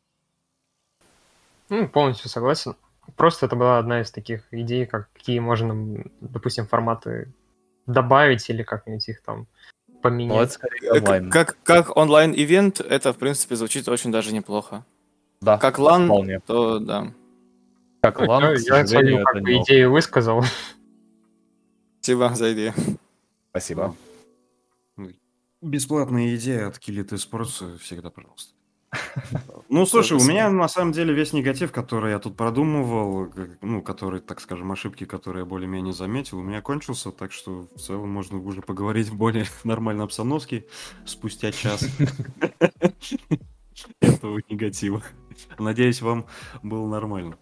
Ну, полностью согласен. Просто это была одна из таких идей, как какие можно, м, допустим, форматы добавить или как-нибудь их там Но это поменять. скорее Э, онлайн. Как, как онлайн-ивент, это, в принципе, звучит очень даже неплохо. Да, Как лан, вполне. то да. Как Ну, лан, я, к я сожалению, свою это как не бы ок. идею высказал. Спасибо за идею. Спасибо. Бесплатная идея от Kill It Esports всегда, пожалуйста. Ну, слушай, у спасибо. меня на самом деле весь негатив, который я тут продумывал, как- ну, который, так скажем, ошибки, которые я более-менее заметил, у меня кончился, так что в целом можно уже поговорить в более нормальной обстановке спустя час этого негатива. Надеюсь, вам было нормально.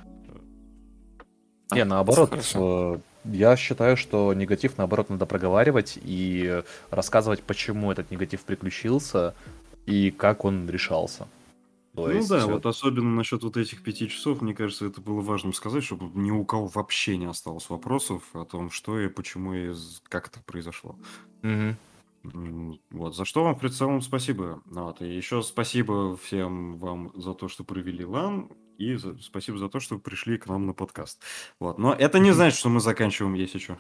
Не, наоборот, Хорошо. э, я считаю, что негатив, наоборот, надо проговаривать и рассказывать, почему этот негатив приключился и как он решался. То Ну есть, да, э, вот особенно насчет вот этих пяти часов, мне кажется, это было важным сказать, чтобы ни у кого вообще не осталось вопросов о том, что и почему и з- как это произошло. мгм. М, Вот, за что вам в целом спасибо. Вот, и еще спасибо всем вам за то, что провели лан, и за- спасибо за то, что пришли к нам на подкаст. Вот, но это не значит, что мы заканчиваем, есть еще.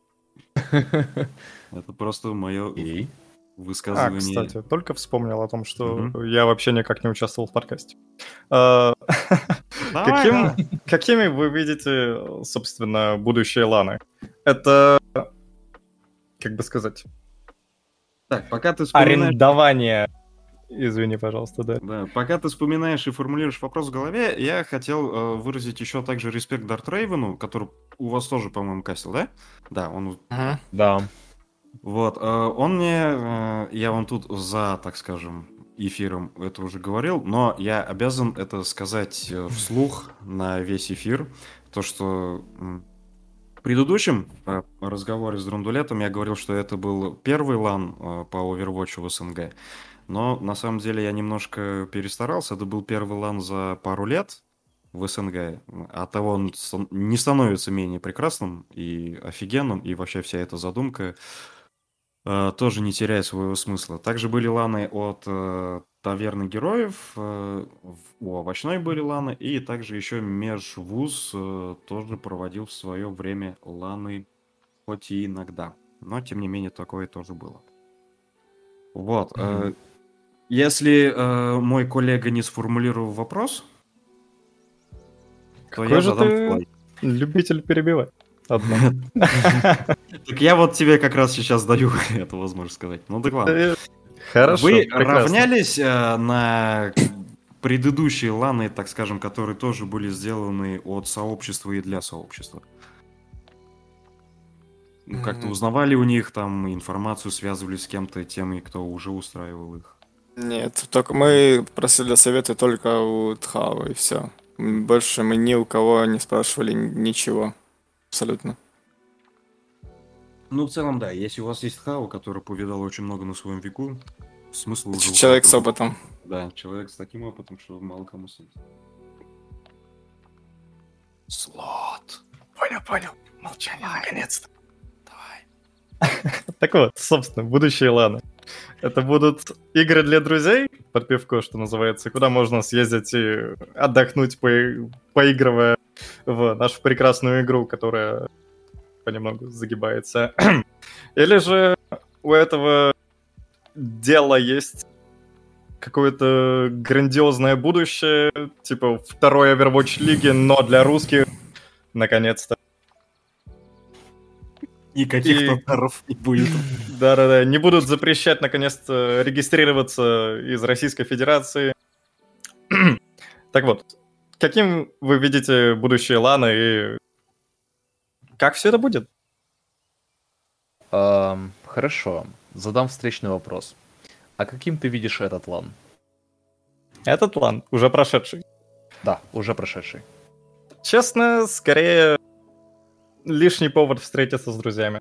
Это просто мое Окей. А, высказывание. кстати, только вспомнил о том, что Мгм. я вообще никак не участвовал в подкасте. А, Давай, Каким, давай. какими вы видите, собственно, будущее ланы? Это, как бы сказать, Так, пока ты вспоминаешь... арендование. Извини, пожалуйста, да. Да, пока ты вспоминаешь и формулируешь вопрос в голове, я хотел э, выразить еще также респект Дарт Рейвену, который у вас тоже, по-моему, кастил, да? Да, он... Мгм. Да. Вот, э, он мне... э, я вам тут за, так скажем, эфиром это уже говорил, но я обязан это сказать э, вслух на весь эфир, то, что... м, в предыдущем э, разговоре с Драндулетом я говорил, что это был первый лан э, по Overwatch в СНГ. Но на самом деле я немножко перестарался. Это был первый лан за пару лет в СНГ. От того он ст- не становится менее прекрасным и офигенным, и вообще вся эта задумка э, тоже не теряет своего смысла. Также были ланы от э, Таверны Героев, э, в- у Овощной были ланы, и также еще Межвуз э, тоже проводил в свое время ланы, хоть и иногда. Но, тем не менее, такое тоже было. Вот. э, Мгм. Если э, мой коллега не сформулировал вопрос, то Какой я же задам ты свой. любитель перебивать. Одно. Так я вот тебе как раз сейчас даю эту возможность сказать. Ну так ладно. Э, Хорошо, Вы прекрасно. равнялись э, на предыдущие ланы, так скажем, которые тоже были сделаны от сообщества и для сообщества? Ну, как-то Мгм. узнавали у них там информацию, связывались с кем-то, теми, кто уже устраивал их? Нет, только мы просили советы только у Тхао, и все. Больше мы ни у кого не спрашивали ничего. Абсолютно. Ну, в целом, да. Если у вас есть Хао, который повидал очень много на своем веку, смысл уже... у Человек с каждого- опытом. Да, человек с таким опытом, что мало кому судить. Слот. Понял, понял. Молчание, наконец-то. Так вот, собственно, будущие ланы. Это будут игры для друзей, под пивко, что называется, куда можно съездить и отдохнуть, по- поигрывая в нашу прекрасную игру, которая понемногу загибается. Или же у этого дела есть какое-то грандиозное будущее, типа второй Overwatch лиги, но для русских, наконец-то. Никаких И- татаров не будет. Да-да-да, не будут запрещать, наконец-то, регистрироваться из Российской Федерации. Так вот, каким вы видите будущее ланы и как все это будет? Ам, хорошо, задам встречный вопрос. А каким ты видишь этот лан? Этот лан уже прошедший. Да, уже прошедший. Честно, скорее лишний повод встретиться с друзьями.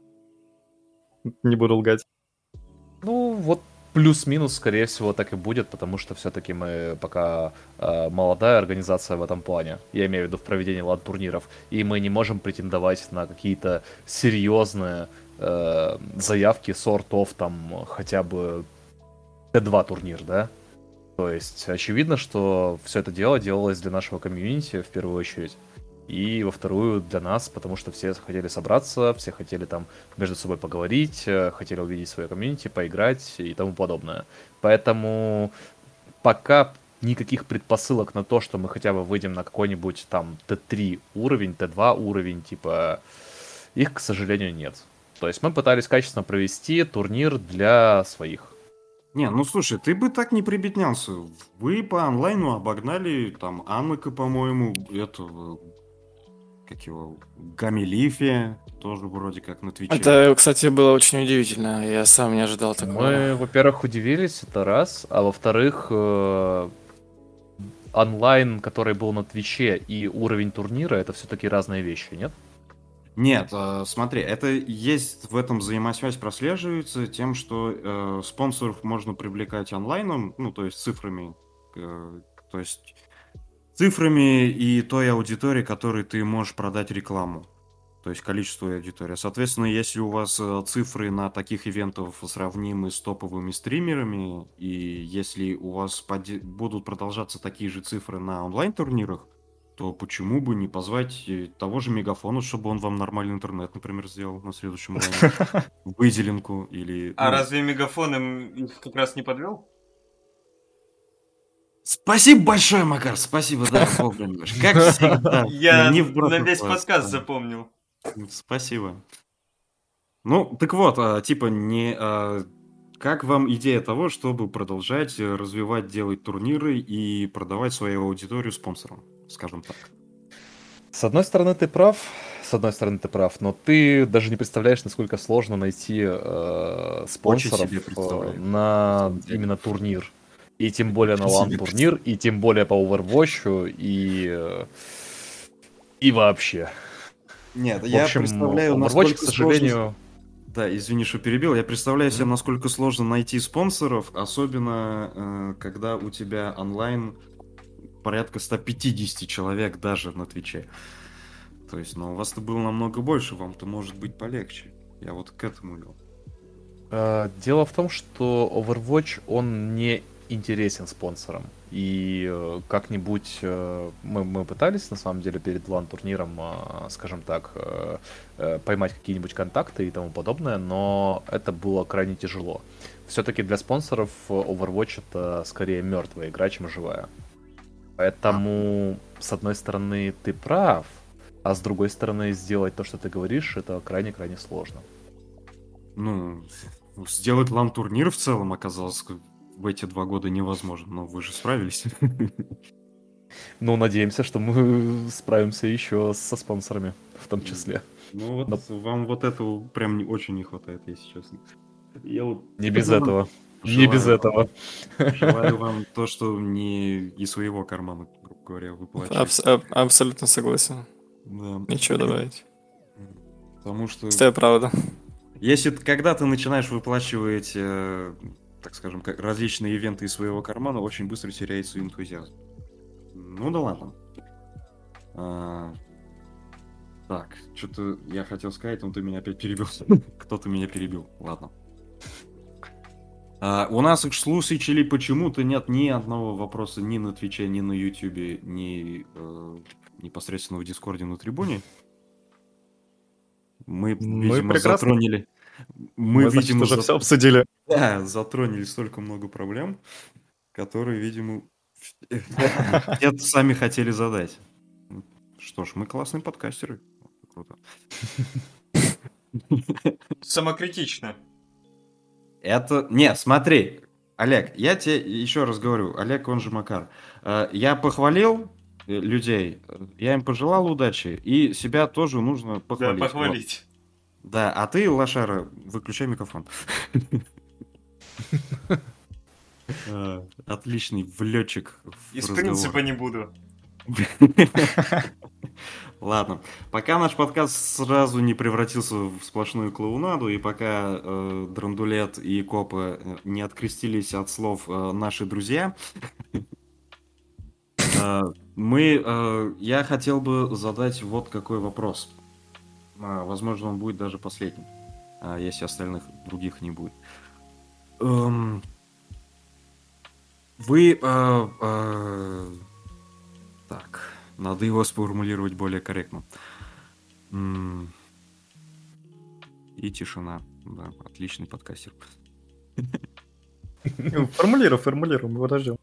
Не буду лгать. Ну, вот плюс-минус, скорее всего, так и будет, потому что все-таки мы пока э, молодая организация в этом плане. Я имею в виду в проведении лан-турниров. И мы не можем претендовать на какие-то серьезные э, заявки, сортов, там, хотя бы тэ два турнир, да? То есть, очевидно, что все это дело делалось для нашего комьюнити в первую очередь. И во вторую для нас, потому что все хотели собраться, все хотели там между собой поговорить, э, хотели увидеть свое комьюнити, поиграть и тому подобное. Поэтому пока никаких предпосылок на то, что мы хотя бы выйдем на какой-нибудь там тэ три уровень, тэ два уровень, типа, их, к сожалению, нет. То есть мы пытались качественно провести турнир для своих. Не, ну слушай, ты бы так не прибеднялся. Вы по онлайну обогнали там Амыка, по-моему, этого, как его, Гамилифе, тоже вроде как на Твиче. Это, кстати, было очень удивительно. Я сам не ожидал такого. Мы, во-первых, удивились, это раз, а во-вторых, э, онлайн, который был на Твиче, и уровень турнира, это все-таки разные вещи, нет? Нет, э, смотри, это есть в этом взаимосвязь прослеживается тем, что э, спонсоров можно привлекать онлайном, ну, то есть цифрами, э, то есть цифрами и той аудитории, которой ты можешь продать рекламу, то есть количество аудитории. Соответственно, если у вас э, цифры на таких ивентах сравнимы с топовыми стримерами, и если у вас поди- будут продолжаться такие же цифры на онлайн-турнирах, то почему бы не позвать э, того же Мегафона, чтобы он вам нормальный интернет, например, сделал на следующем районе, выделенку или... А ну, разве Мегафон им их как раз не подвел? Спасибо большое, Макар, спасибо, да, вовремя. Как всегда. Я не в на брату весь класс, подкаст да. запомнил. Спасибо. Ну, так вот, а, типа, не... а, как вам идея того, чтобы продолжать э, развивать, делать турниры и продавать свою аудиторию спонсорам, скажем так? С одной стороны, ты прав, с одной стороны, ты прав, но ты даже не представляешь, насколько сложно найти э, спонсоров себе э, представляю, на на самом деле. именно турнир. И тем более на Очень себе лан-турнир, и тем более по Overwatch, и, э, и вообще. Нет, В я общем, представляю, Overwatch, насколько к сожалению... сложно... Да, извини, что перебил. Я представляю себе, насколько сложно найти спонсоров, особенно э, когда у тебя онлайн порядка сто пятьдесят человек даже на Твиче. То есть, ну, у вас-то было намного больше, вам-то может быть полегче. Я вот к этому вел. Э, Дело в том, что Overwatch, он не интересен спонсорам. И э, как-нибудь э, мы, мы пытались, на самом деле, перед лан-турниром, э, скажем так, э, э, поймать какие-нибудь контакты и тому подобное, но это было крайне тяжело. Все-таки для спонсоров Overwatch это скорее мертвая игра, чем живая. Поэтому, с одной стороны, ты прав, а с другой стороны, сделать то, что ты говоришь, это крайне-крайне сложно. Ну, сделать лан-турнир в целом оказалось в эти два года невозможно, но вы же справились. Ну, надеемся, что мы справимся еще со спонсорами, в том числе. Ну вот, вам вот этого прям не, очень не хватает, если честно. Я вот Не без этого. Не желаю без вам- этого. Желаю вам то, что не из своего кармана, грубо говоря, выплачивать. Абс- аб- абсолютно согласен. Да. Ничего добавить. Потому что Это правда. если ты- когда ты начинаешь выплачивать, э, так скажем, как различные ивенты из своего кармана, очень быстро теряется энтузиазм. Ну да ладно. А, так, что-то я хотел сказать, но ты меня опять перебил. Кто-то меня перебил. Ладно. А, у нас, к слушателей, почему-то нет ни одного вопроса ни на Твиче, ни на Ютубе, ни э, непосредственно в Дискорде на трибуне. Мы, Ну и видимо, прекрасно. затронули. Мы, Мы, значит, видимо, уже за- все обсудили. да, затронули столько много проблем, которые, видимо, где-то сами хотели задать. Что ж, мы классные подкастеры. Круто. Самокритично. Это... Не, смотри, Олег, я тебе еще раз говорю, Олег, он же Макар. Э, Я похвалил э, людей, э, я им пожелал удачи, и себя тоже нужно Да, похвалить. похвалить. Вот. Да, а ты, лошара, выключай микрофон. Э, Отличный влетчик в Из разговор. принципа не буду. Ладно, пока наш подкаст сразу не превратился в сплошную клоунаду, и пока э, Драндулет и Копы э, не открестились от слов э, «наши друзья», э, мы, э, я хотел бы задать вот какой вопрос. А, возможно, он будет даже последним, а, если остальных других не будет. Эм, Вы... э, э, Так, надо его сформулировать более корректно. М, И тишина. Да, отличный подкастер. Формулируй, формулируй, мы подождем.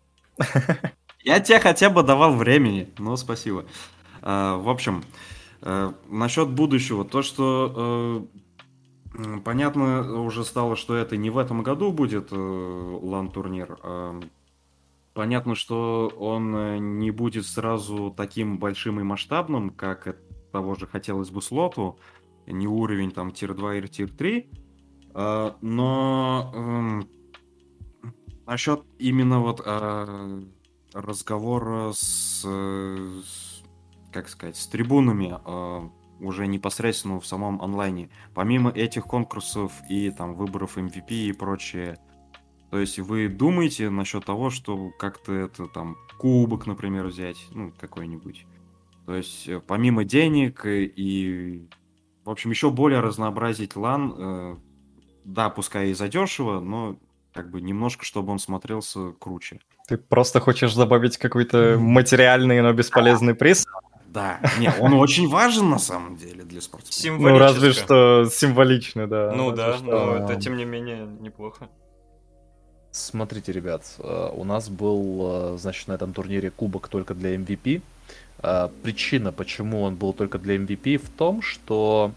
Я тебе хотя бы давал времени, но спасибо. А, в общем, э, насчет будущего, то, что э, м, понятно уже стало, что это не в этом году будет э, лан-турнир. а Понятно, что он э, не будет сразу таким большим и масштабным, как это того же хотелось бы слоту, не уровень там тир два или тир три, а, но эм, насчет именно вот а, разговора с, э, с, как сказать, с трибунами а, уже непосредственно в самом онлайне, помимо этих конкурсов и там выборов эм ви пи и прочее, то есть вы думаете насчет того, что как-то это там кубок, например, взять, ну, какой-нибудь. То есть э, помимо денег э, и, в общем, еще более разнообразить лан, э, да, пускай и задешево, но как бы немножко, чтобы он смотрелся круче. Ты просто хочешь добавить какой-то материальный, но бесполезный приз? Да, не, он очень важен на самом деле для спортсменов. Ну, разве Символически. что символично, да. Ну разве да, что. но это тем не менее неплохо. Смотрите, ребят, э, у нас был, э, значит, на этом турнире кубок только для эм ви пи. Э, Причина, почему он был только для эм ви пи, в том, что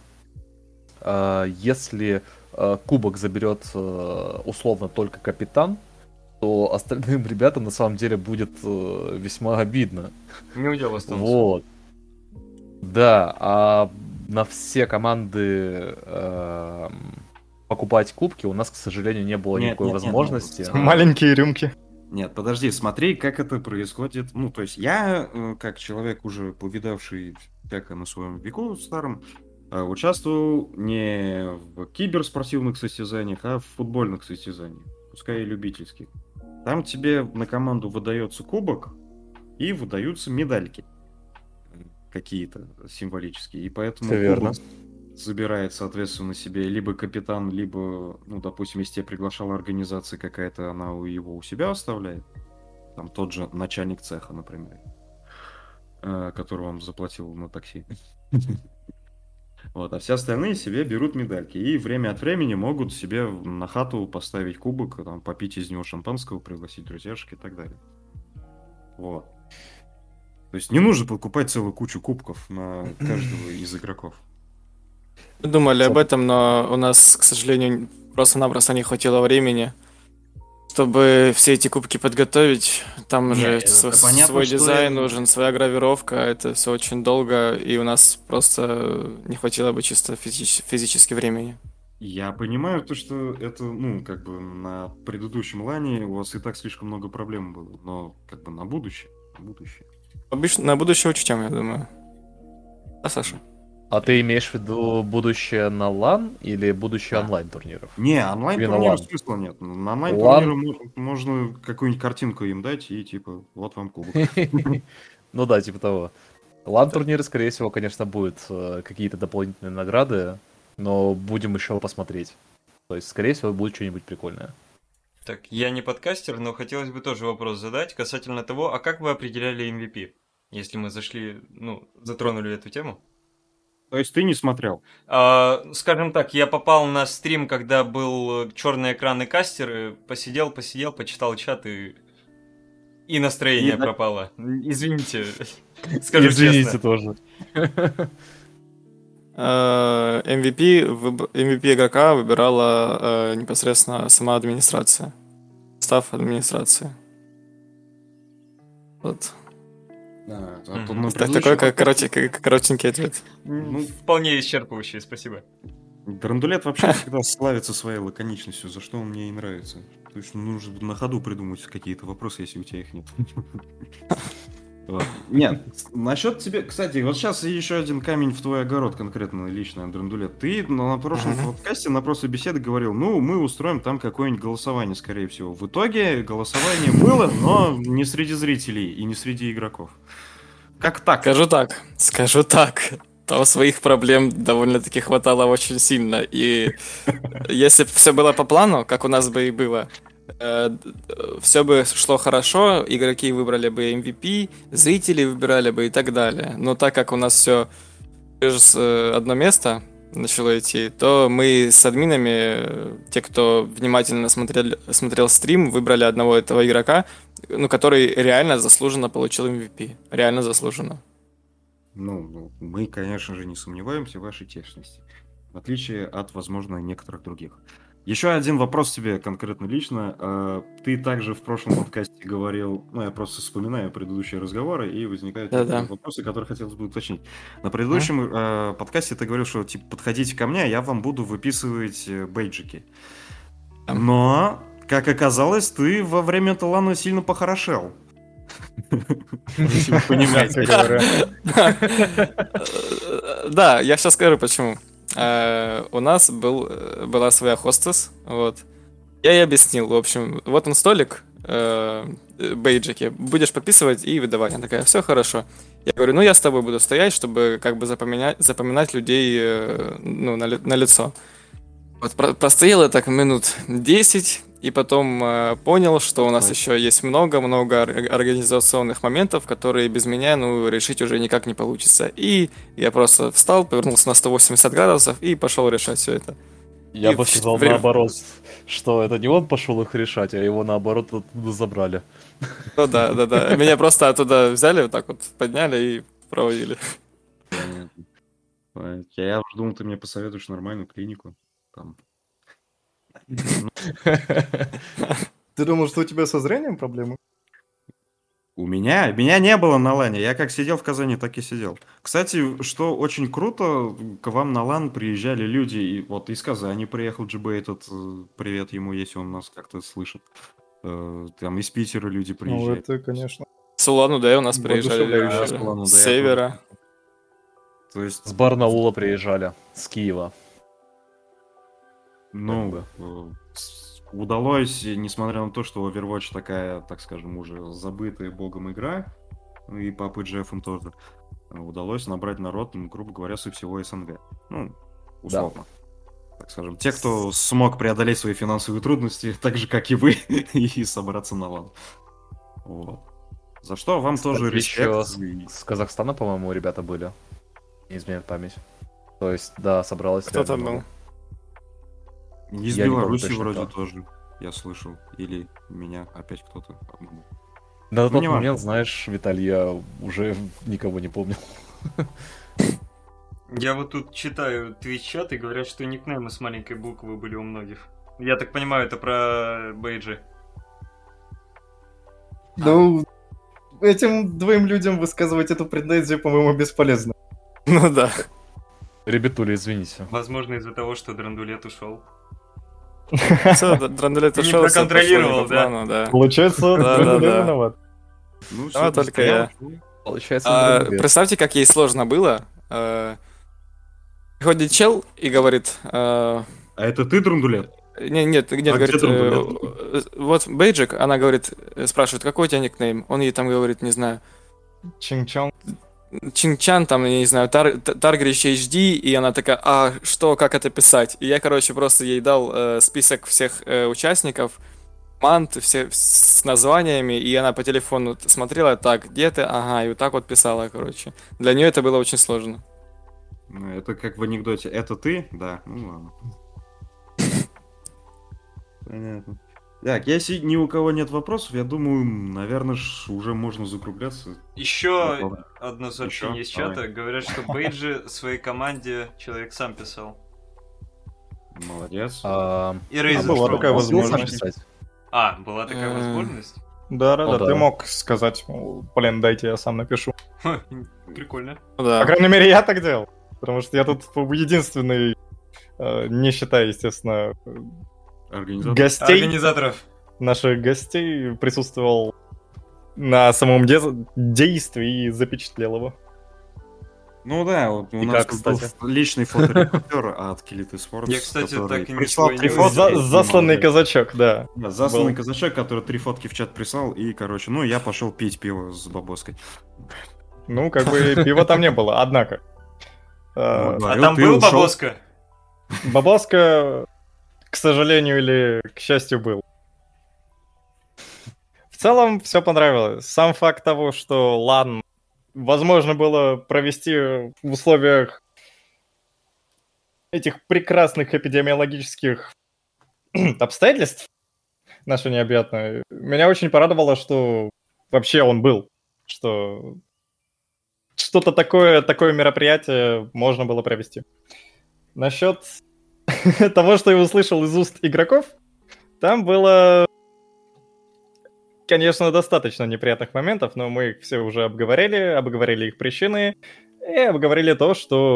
э, если э, кубок заберет э, условно только капитан, то остальным ребятам на самом деле будет э, весьма обидно. Не удел останутся. Вот. Да, а на все команды э, покупать кубки у нас, к сожалению, не было Нет, никакой нет, нет, возможности. нет. Маленькие рюмки. Нет, подожди, смотри, как это происходит. Ну, то есть я, э, как человек, уже повидавший всякое на своем веку старом, э, участвовал не в киберспортивных состязаниях, а в футбольных состязаниях, пускай и любительских. Там тебе на команду выдается кубок и выдаются медальки э, какие-то символические. И поэтому Всё верно. кубок, забирает, соответственно, себе либо капитан, либо, ну, допустим, если тебя приглашала организация какая-то, она у- его у себя оставляет. Там тот же начальник цеха, например, э, который вам заплатил на такси. Вот, а все остальные себе берут медальки. И время от времени могут себе в- на хату поставить кубок, там, попить из него шампанского, пригласить друзьяшек и так далее. Вот. То есть не нужно покупать целую кучу кубков на каждого из игроков. Мы думали об этом, но у нас, к сожалению, просто-напросто не хватило времени, чтобы все эти кубки подготовить. Там Не, же это св- понятно, свой что дизайн это- нужен, своя гравировка, это все очень долго, и у нас просто не хватило бы чисто физич- физически времени. Я понимаю то, что это, ну, как бы на предыдущем лане у вас и так слишком много проблем было, но как бы на будущее, на будущее. Обычно на будущее учтем, я думаю. А, Саша? А ты имеешь в виду будущее на лан или будущее Да. онлайн турниров? Не, онлайн Именно турнира LAN. смысла нет. На онлайн LAN. турниры можно какую-нибудь картинку им дать и типа, вот вам кубок. Ну да, типа того. Лан турниры, скорее всего, конечно, будут э, какие-то дополнительные награды, но будем еще посмотреть. То есть, скорее всего, будет что-нибудь прикольное. Так, я не подкастер, но хотелось бы тоже вопрос задать касательно того, а как вы определяли эм ви пи? Если мы зашли, ну, затронули эту тему. То есть ты не смотрел? А, скажем так, я попал на стрим, когда был черный экран и кастеры, посидел, посидел, почитал чат и... И настроение И да- пропало. Извините, скажу Извините честно. тоже. Э, эм ви пи, выб- эм ви пи игрока выбирала э, непосредственно сама администрация. Став администрации. Вот. Да, Мгм. тут на Так- предыдущем такой как подкасте- короте- как- коротенький ответ. Ну, вполне исчерпывающий, спасибо. Драндулет вообще всегда славится своей лаконичностью, за что он мне и нравится. То есть нужно на ходу придумать какие-то вопросы, если у тебя их нет. Вот. Нет, насчет тебе, кстати, вот сейчас еще один камень в твой огород, конкретно лично, Драндулет. Ты на прошлом Мгм. подкасте, на прошлой беседе говорил, ну, мы устроим там какое-нибудь голосование, скорее всего. В итоге голосование было, но не среди зрителей и не среди игроков. Как так? Скажу так, скажу так. Там своих проблем довольно-таки хватало очень сильно. И если бы все было по плану, как у нас бы и было, все бы шло хорошо, игроки выбрали бы эм ви пи, зрители выбирали бы и так далее. Но так как у нас все через э, одно место начало идти, то мы с админами, э, те, кто внимательно смотрел, смотрел стрим, выбрали одного этого игрока, ну, который реально заслуженно получил эм ви пи. Реально заслуженно. Ну, ну, мы, конечно же, не сомневаемся в вашей честности. В отличие от, возможно, некоторых других. Еще один вопрос тебе конкретно лично. А, Ты также в прошлом подкасте говорил, ну, я просто вспоминаю предыдущие разговоры, и возникают Да-да. некоторые вопросы, которые хотелось бы уточнить. На предыдущем э, подкасте ты говорил, что, типа, подходите ко мне, я вам буду выписывать э, бейджики. Да. Но, как оказалось, ты во время талана сильно похорошел. Если вы понимаете. Мягко говоря. Да, я сейчас скажу почему. Э, У нас был, э, была своя хостес, вот. Я ей объяснил, в общем, вот он столик, э, бейджики, будешь подписывать и выдавать. Она такая, все хорошо. Я говорю, ну я с тобой буду стоять, чтобы как бы запоминать, запоминать людей э, ну, на, ли- на лицо. Вот про- простоял я так минут десять, и потом э, понял, что у нас Так. еще есть много-много ор- организационных моментов, которые без меня, ну, решить уже никак не получится. И я просто встал, повернулся на сто восемьдесят градусов и пошел решать все это. Я И бы в- сказал время- наоборот, что это не он пошел их решать, а его наоборот оттуда забрали. Ну да, да, да. Меня просто оттуда взяли, вот так вот подняли и проводили. Понятно. Понятно. Я уж думал, ты мне посоветуешь нормальную клинику. Там. Ну, Ты думал, что у тебя со зрением проблемы? у меня? Меня не было на лане. Я как сидел в Казани, так и сидел. Кстати, что очень круто, к вам на лан приезжали люди. И вот из Казани приехал джи би этот. э, Привет ему, если он нас как-то слышит. Э, Там из Питера люди Ну, приезжают. это, конечно. С Улан-Удэ у нас приезжали Воодушевляюще. люди. Да, с Улан-Удэ С я севера. То есть, С Барнаула приезжали, с Киева. ну, бы. э, с- удалось, несмотря на то, что Overwatch такая, так скажем, уже забытая богом игра, ну и по пи джи эф тоже, э, удалось набрать народ, ну, грубо говоря, со всего СНГ. Ну, условно. Так скажем, те, кто смог преодолеть свои финансовые трудности, так же, как и вы, и собраться на лан. Вот. За что вам Кстати, тоже еще респект. с, с Казахстана, по-моему, ребята были. Не изменяет память. То есть, да, собралось... Кто там реально был? много. Из Я не помню Беларуси точно вроде кто. тоже, я слышал. Или меня опять кто-то обманул. На Ну, тот не важно. момент, знаешь, Виталий, я уже никого не помню. Я вот тут читаю твич-чат и говорят, что никнеймы с маленькой буквы были у многих. Я так понимаю, это про бейджи. Ну, этим двоим людям высказывать эту претензию, по-моему, бесполезно. Ну да. Ребятули, извините. Возможно, из-за того, что Драндулет ушел. Все, Драндулет Не ушел, всё проконтролировал, пошло не по да? плану, да. Получается, Да, Драндулет да, да. виноват. Ну, А, только я. Получается, А, Драндулет. представьте, как ей сложно было. э, Приходит чел и говорит... э, А это ты, Драндулет? Не, нет, нет, А говорит, где э, Драндулет? э, вот бейджик, она говорит, э, спрашивает, какой у тебя никнейм? Он ей там говорит, не знаю, Чин-чон. Чингчан, там, я не знаю, Тар, Таргрич эйч ди, и она такая, а что, как это писать? И я, короче, просто ей дал э, список всех э, участников, команд, все с названиями, и она по телефону смотрела, так, где ты? Ага, и вот так вот писала, короче. Для нее это было очень сложно. Ну, это как в анекдоте. Это ты? Да. Ну ладно. Понятно. Так, если ни у кого нет вопросов, я думаю, наверное, ж уже можно закругляться. Еще Ладно. одно сообщение из Ещё? чата. Давай. Говорят, что бейджи своей команде человек сам писал. Молодец. А, И А Рейзер была что? такая он смог возможность. написать? А, была такая Э. возможность? Да-да-да, Ну ты да. мог сказать, мол, блин, дайте я сам напишу. Ха, прикольно. Ну По да. крайней мере, я так делал. Потому что я тут единственный, э, не считая, естественно, Организатор. гостей, Организаторов. наших гостей, присутствовал на самом де- действии и запечатлел его. Ну да, вот у И нас как, тут был кстати? личный фоторепортер от Kility Sports. Я, кстати, который так и прислал ничего три не фотки. За- увидел. засланный Молодец. казачок, да. Да, засланный был. казачок, который три фотки в чат прислал, и, короче, ну, я пошел пить пиво с бабоской. Ну, как бы пива там не было, однако. Э, Ну, А и там вот ты был ушел. Бабоска? Бабаска, к сожалению или к счастью, был. В целом, все понравилось. Сам факт того, что лан возможно было провести в условиях этих прекрасных эпидемиологических обстоятельств, наше необъятное, меня очень порадовало, что вообще он был, что что-то такое, такое мероприятие можно было провести. Насчет того, что я услышал из уст игроков, там было, конечно, достаточно неприятных моментов, но мы их все уже обговорили, обговорили их причины и обговорили то, что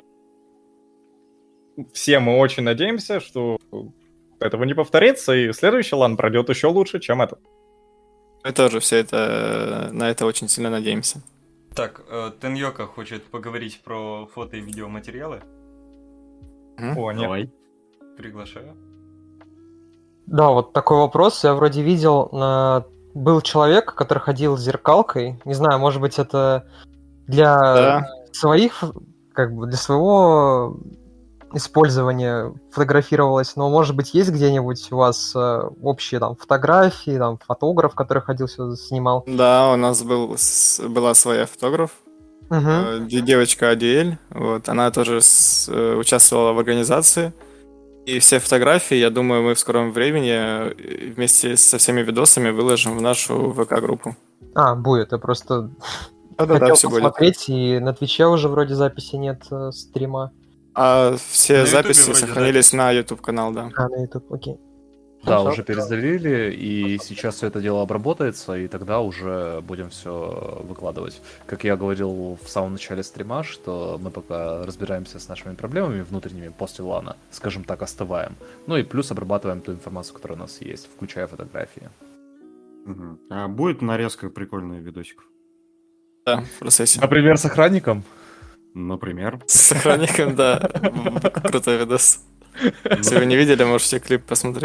все мы очень надеемся, что этого не повторится, и следующий лан пройдет еще лучше, чем этот. Мы тоже все это, на это очень сильно надеемся. Так, э, Теньёка хочет поговорить про фото и видеоматериалы. О, нет. Давай. Приглашаю. Да, вот такой вопрос. Я вроде видел, на- был человек, который ходил с зеркалкой. Не знаю, может быть, это для Да. своих, как бы для своего использования фотографировалось, но может быть есть где-нибудь у вас э, общие там фотографии, там фотограф, который ходил сюда, снимал. Да, у нас был, с- была своя фотограф, Мгм. э, де- девочка Адиэль, вот, она тоже с- э, участвовала в организации. И все фотографии, я думаю, мы в скором времени э, вместе со всеми видосами выложим в нашу ВК-группу. А, будет, я просто Да-да-да, хотел все будет. посмотреть, и на Твиче уже вроде записи нет э, стрима. А все На Ютубе записи вроде сохранились на YouTube-канал, да. А, на YouTube, окей. Да, Хорошо. уже перезалили, и сейчас все это дело обработается, и тогда уже будем все выкладывать. Как я говорил в самом начале стрима, что мы пока разбираемся с нашими проблемами внутренними после лана, скажем так, остываем. Ну и плюс обрабатываем ту информацию, которая у нас есть, включая фотографии. Мгм. А будет нарезка прикольных видосиков? Да, в процессе. Например, с охранником. Например. С охранником, да. Крутой видос. Если вы не видели, можете клип посмотреть.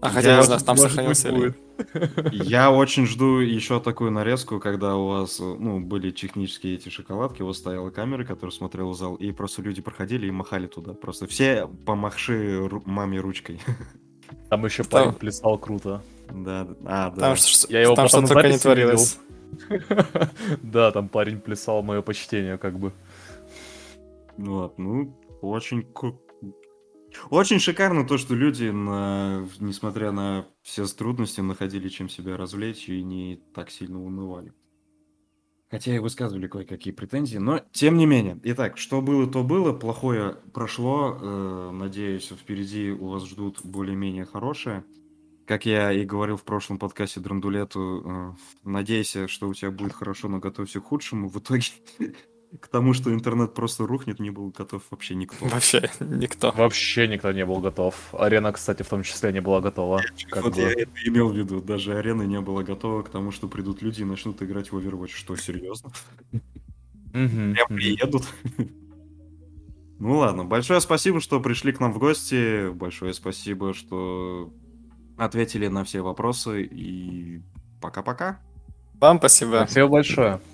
А хотя Я- не знаю, там может сохранился быть, или будет. Я очень жду еще такую нарезку, когда у вас, э, ну, были технические эти шоколадки, у вас стояла камера, которая смотрела в зал, и просто люди проходили и махали туда. Просто все помахши ру- маме ручкой. Там еще Там- парень плясал круто. Да, да. а, да. Там, что, Я его там что потом на только не записи видел. творилось. Да, там парень плясал, мое почтение, как бы. Вот, ну, очень ку- Очень шикарно то, что люди, на... несмотря на все трудности, находили чем себя развлечь и не так сильно унывали. Хотя и высказывали кое-какие претензии, но тем не менее. Итак, что было, то было, плохое прошло. э, Надеюсь, впереди у вас ждут более-менее хорошее. Как я и говорил в прошлом подкасте Драндулету, э, надейся, что у тебя будет хорошо, но готовься к худшему. В итоге к тому, что интернет просто рухнет, не был готов вообще никто. Вообще никто. Вообще никто не был готов. Арена, кстати, в том числе не была готова. Как Вот бы. я это имел в виду. Даже арена не была готова к тому, что придут люди и начнут играть в Overwatch. Что, серьезно? Мгм, Прям мгм. приедут? Ну ладно, большое спасибо, что пришли к нам в гости. Большое спасибо, что ответили на все вопросы. И пока-пока. Вам спасибо. Спасибо большое.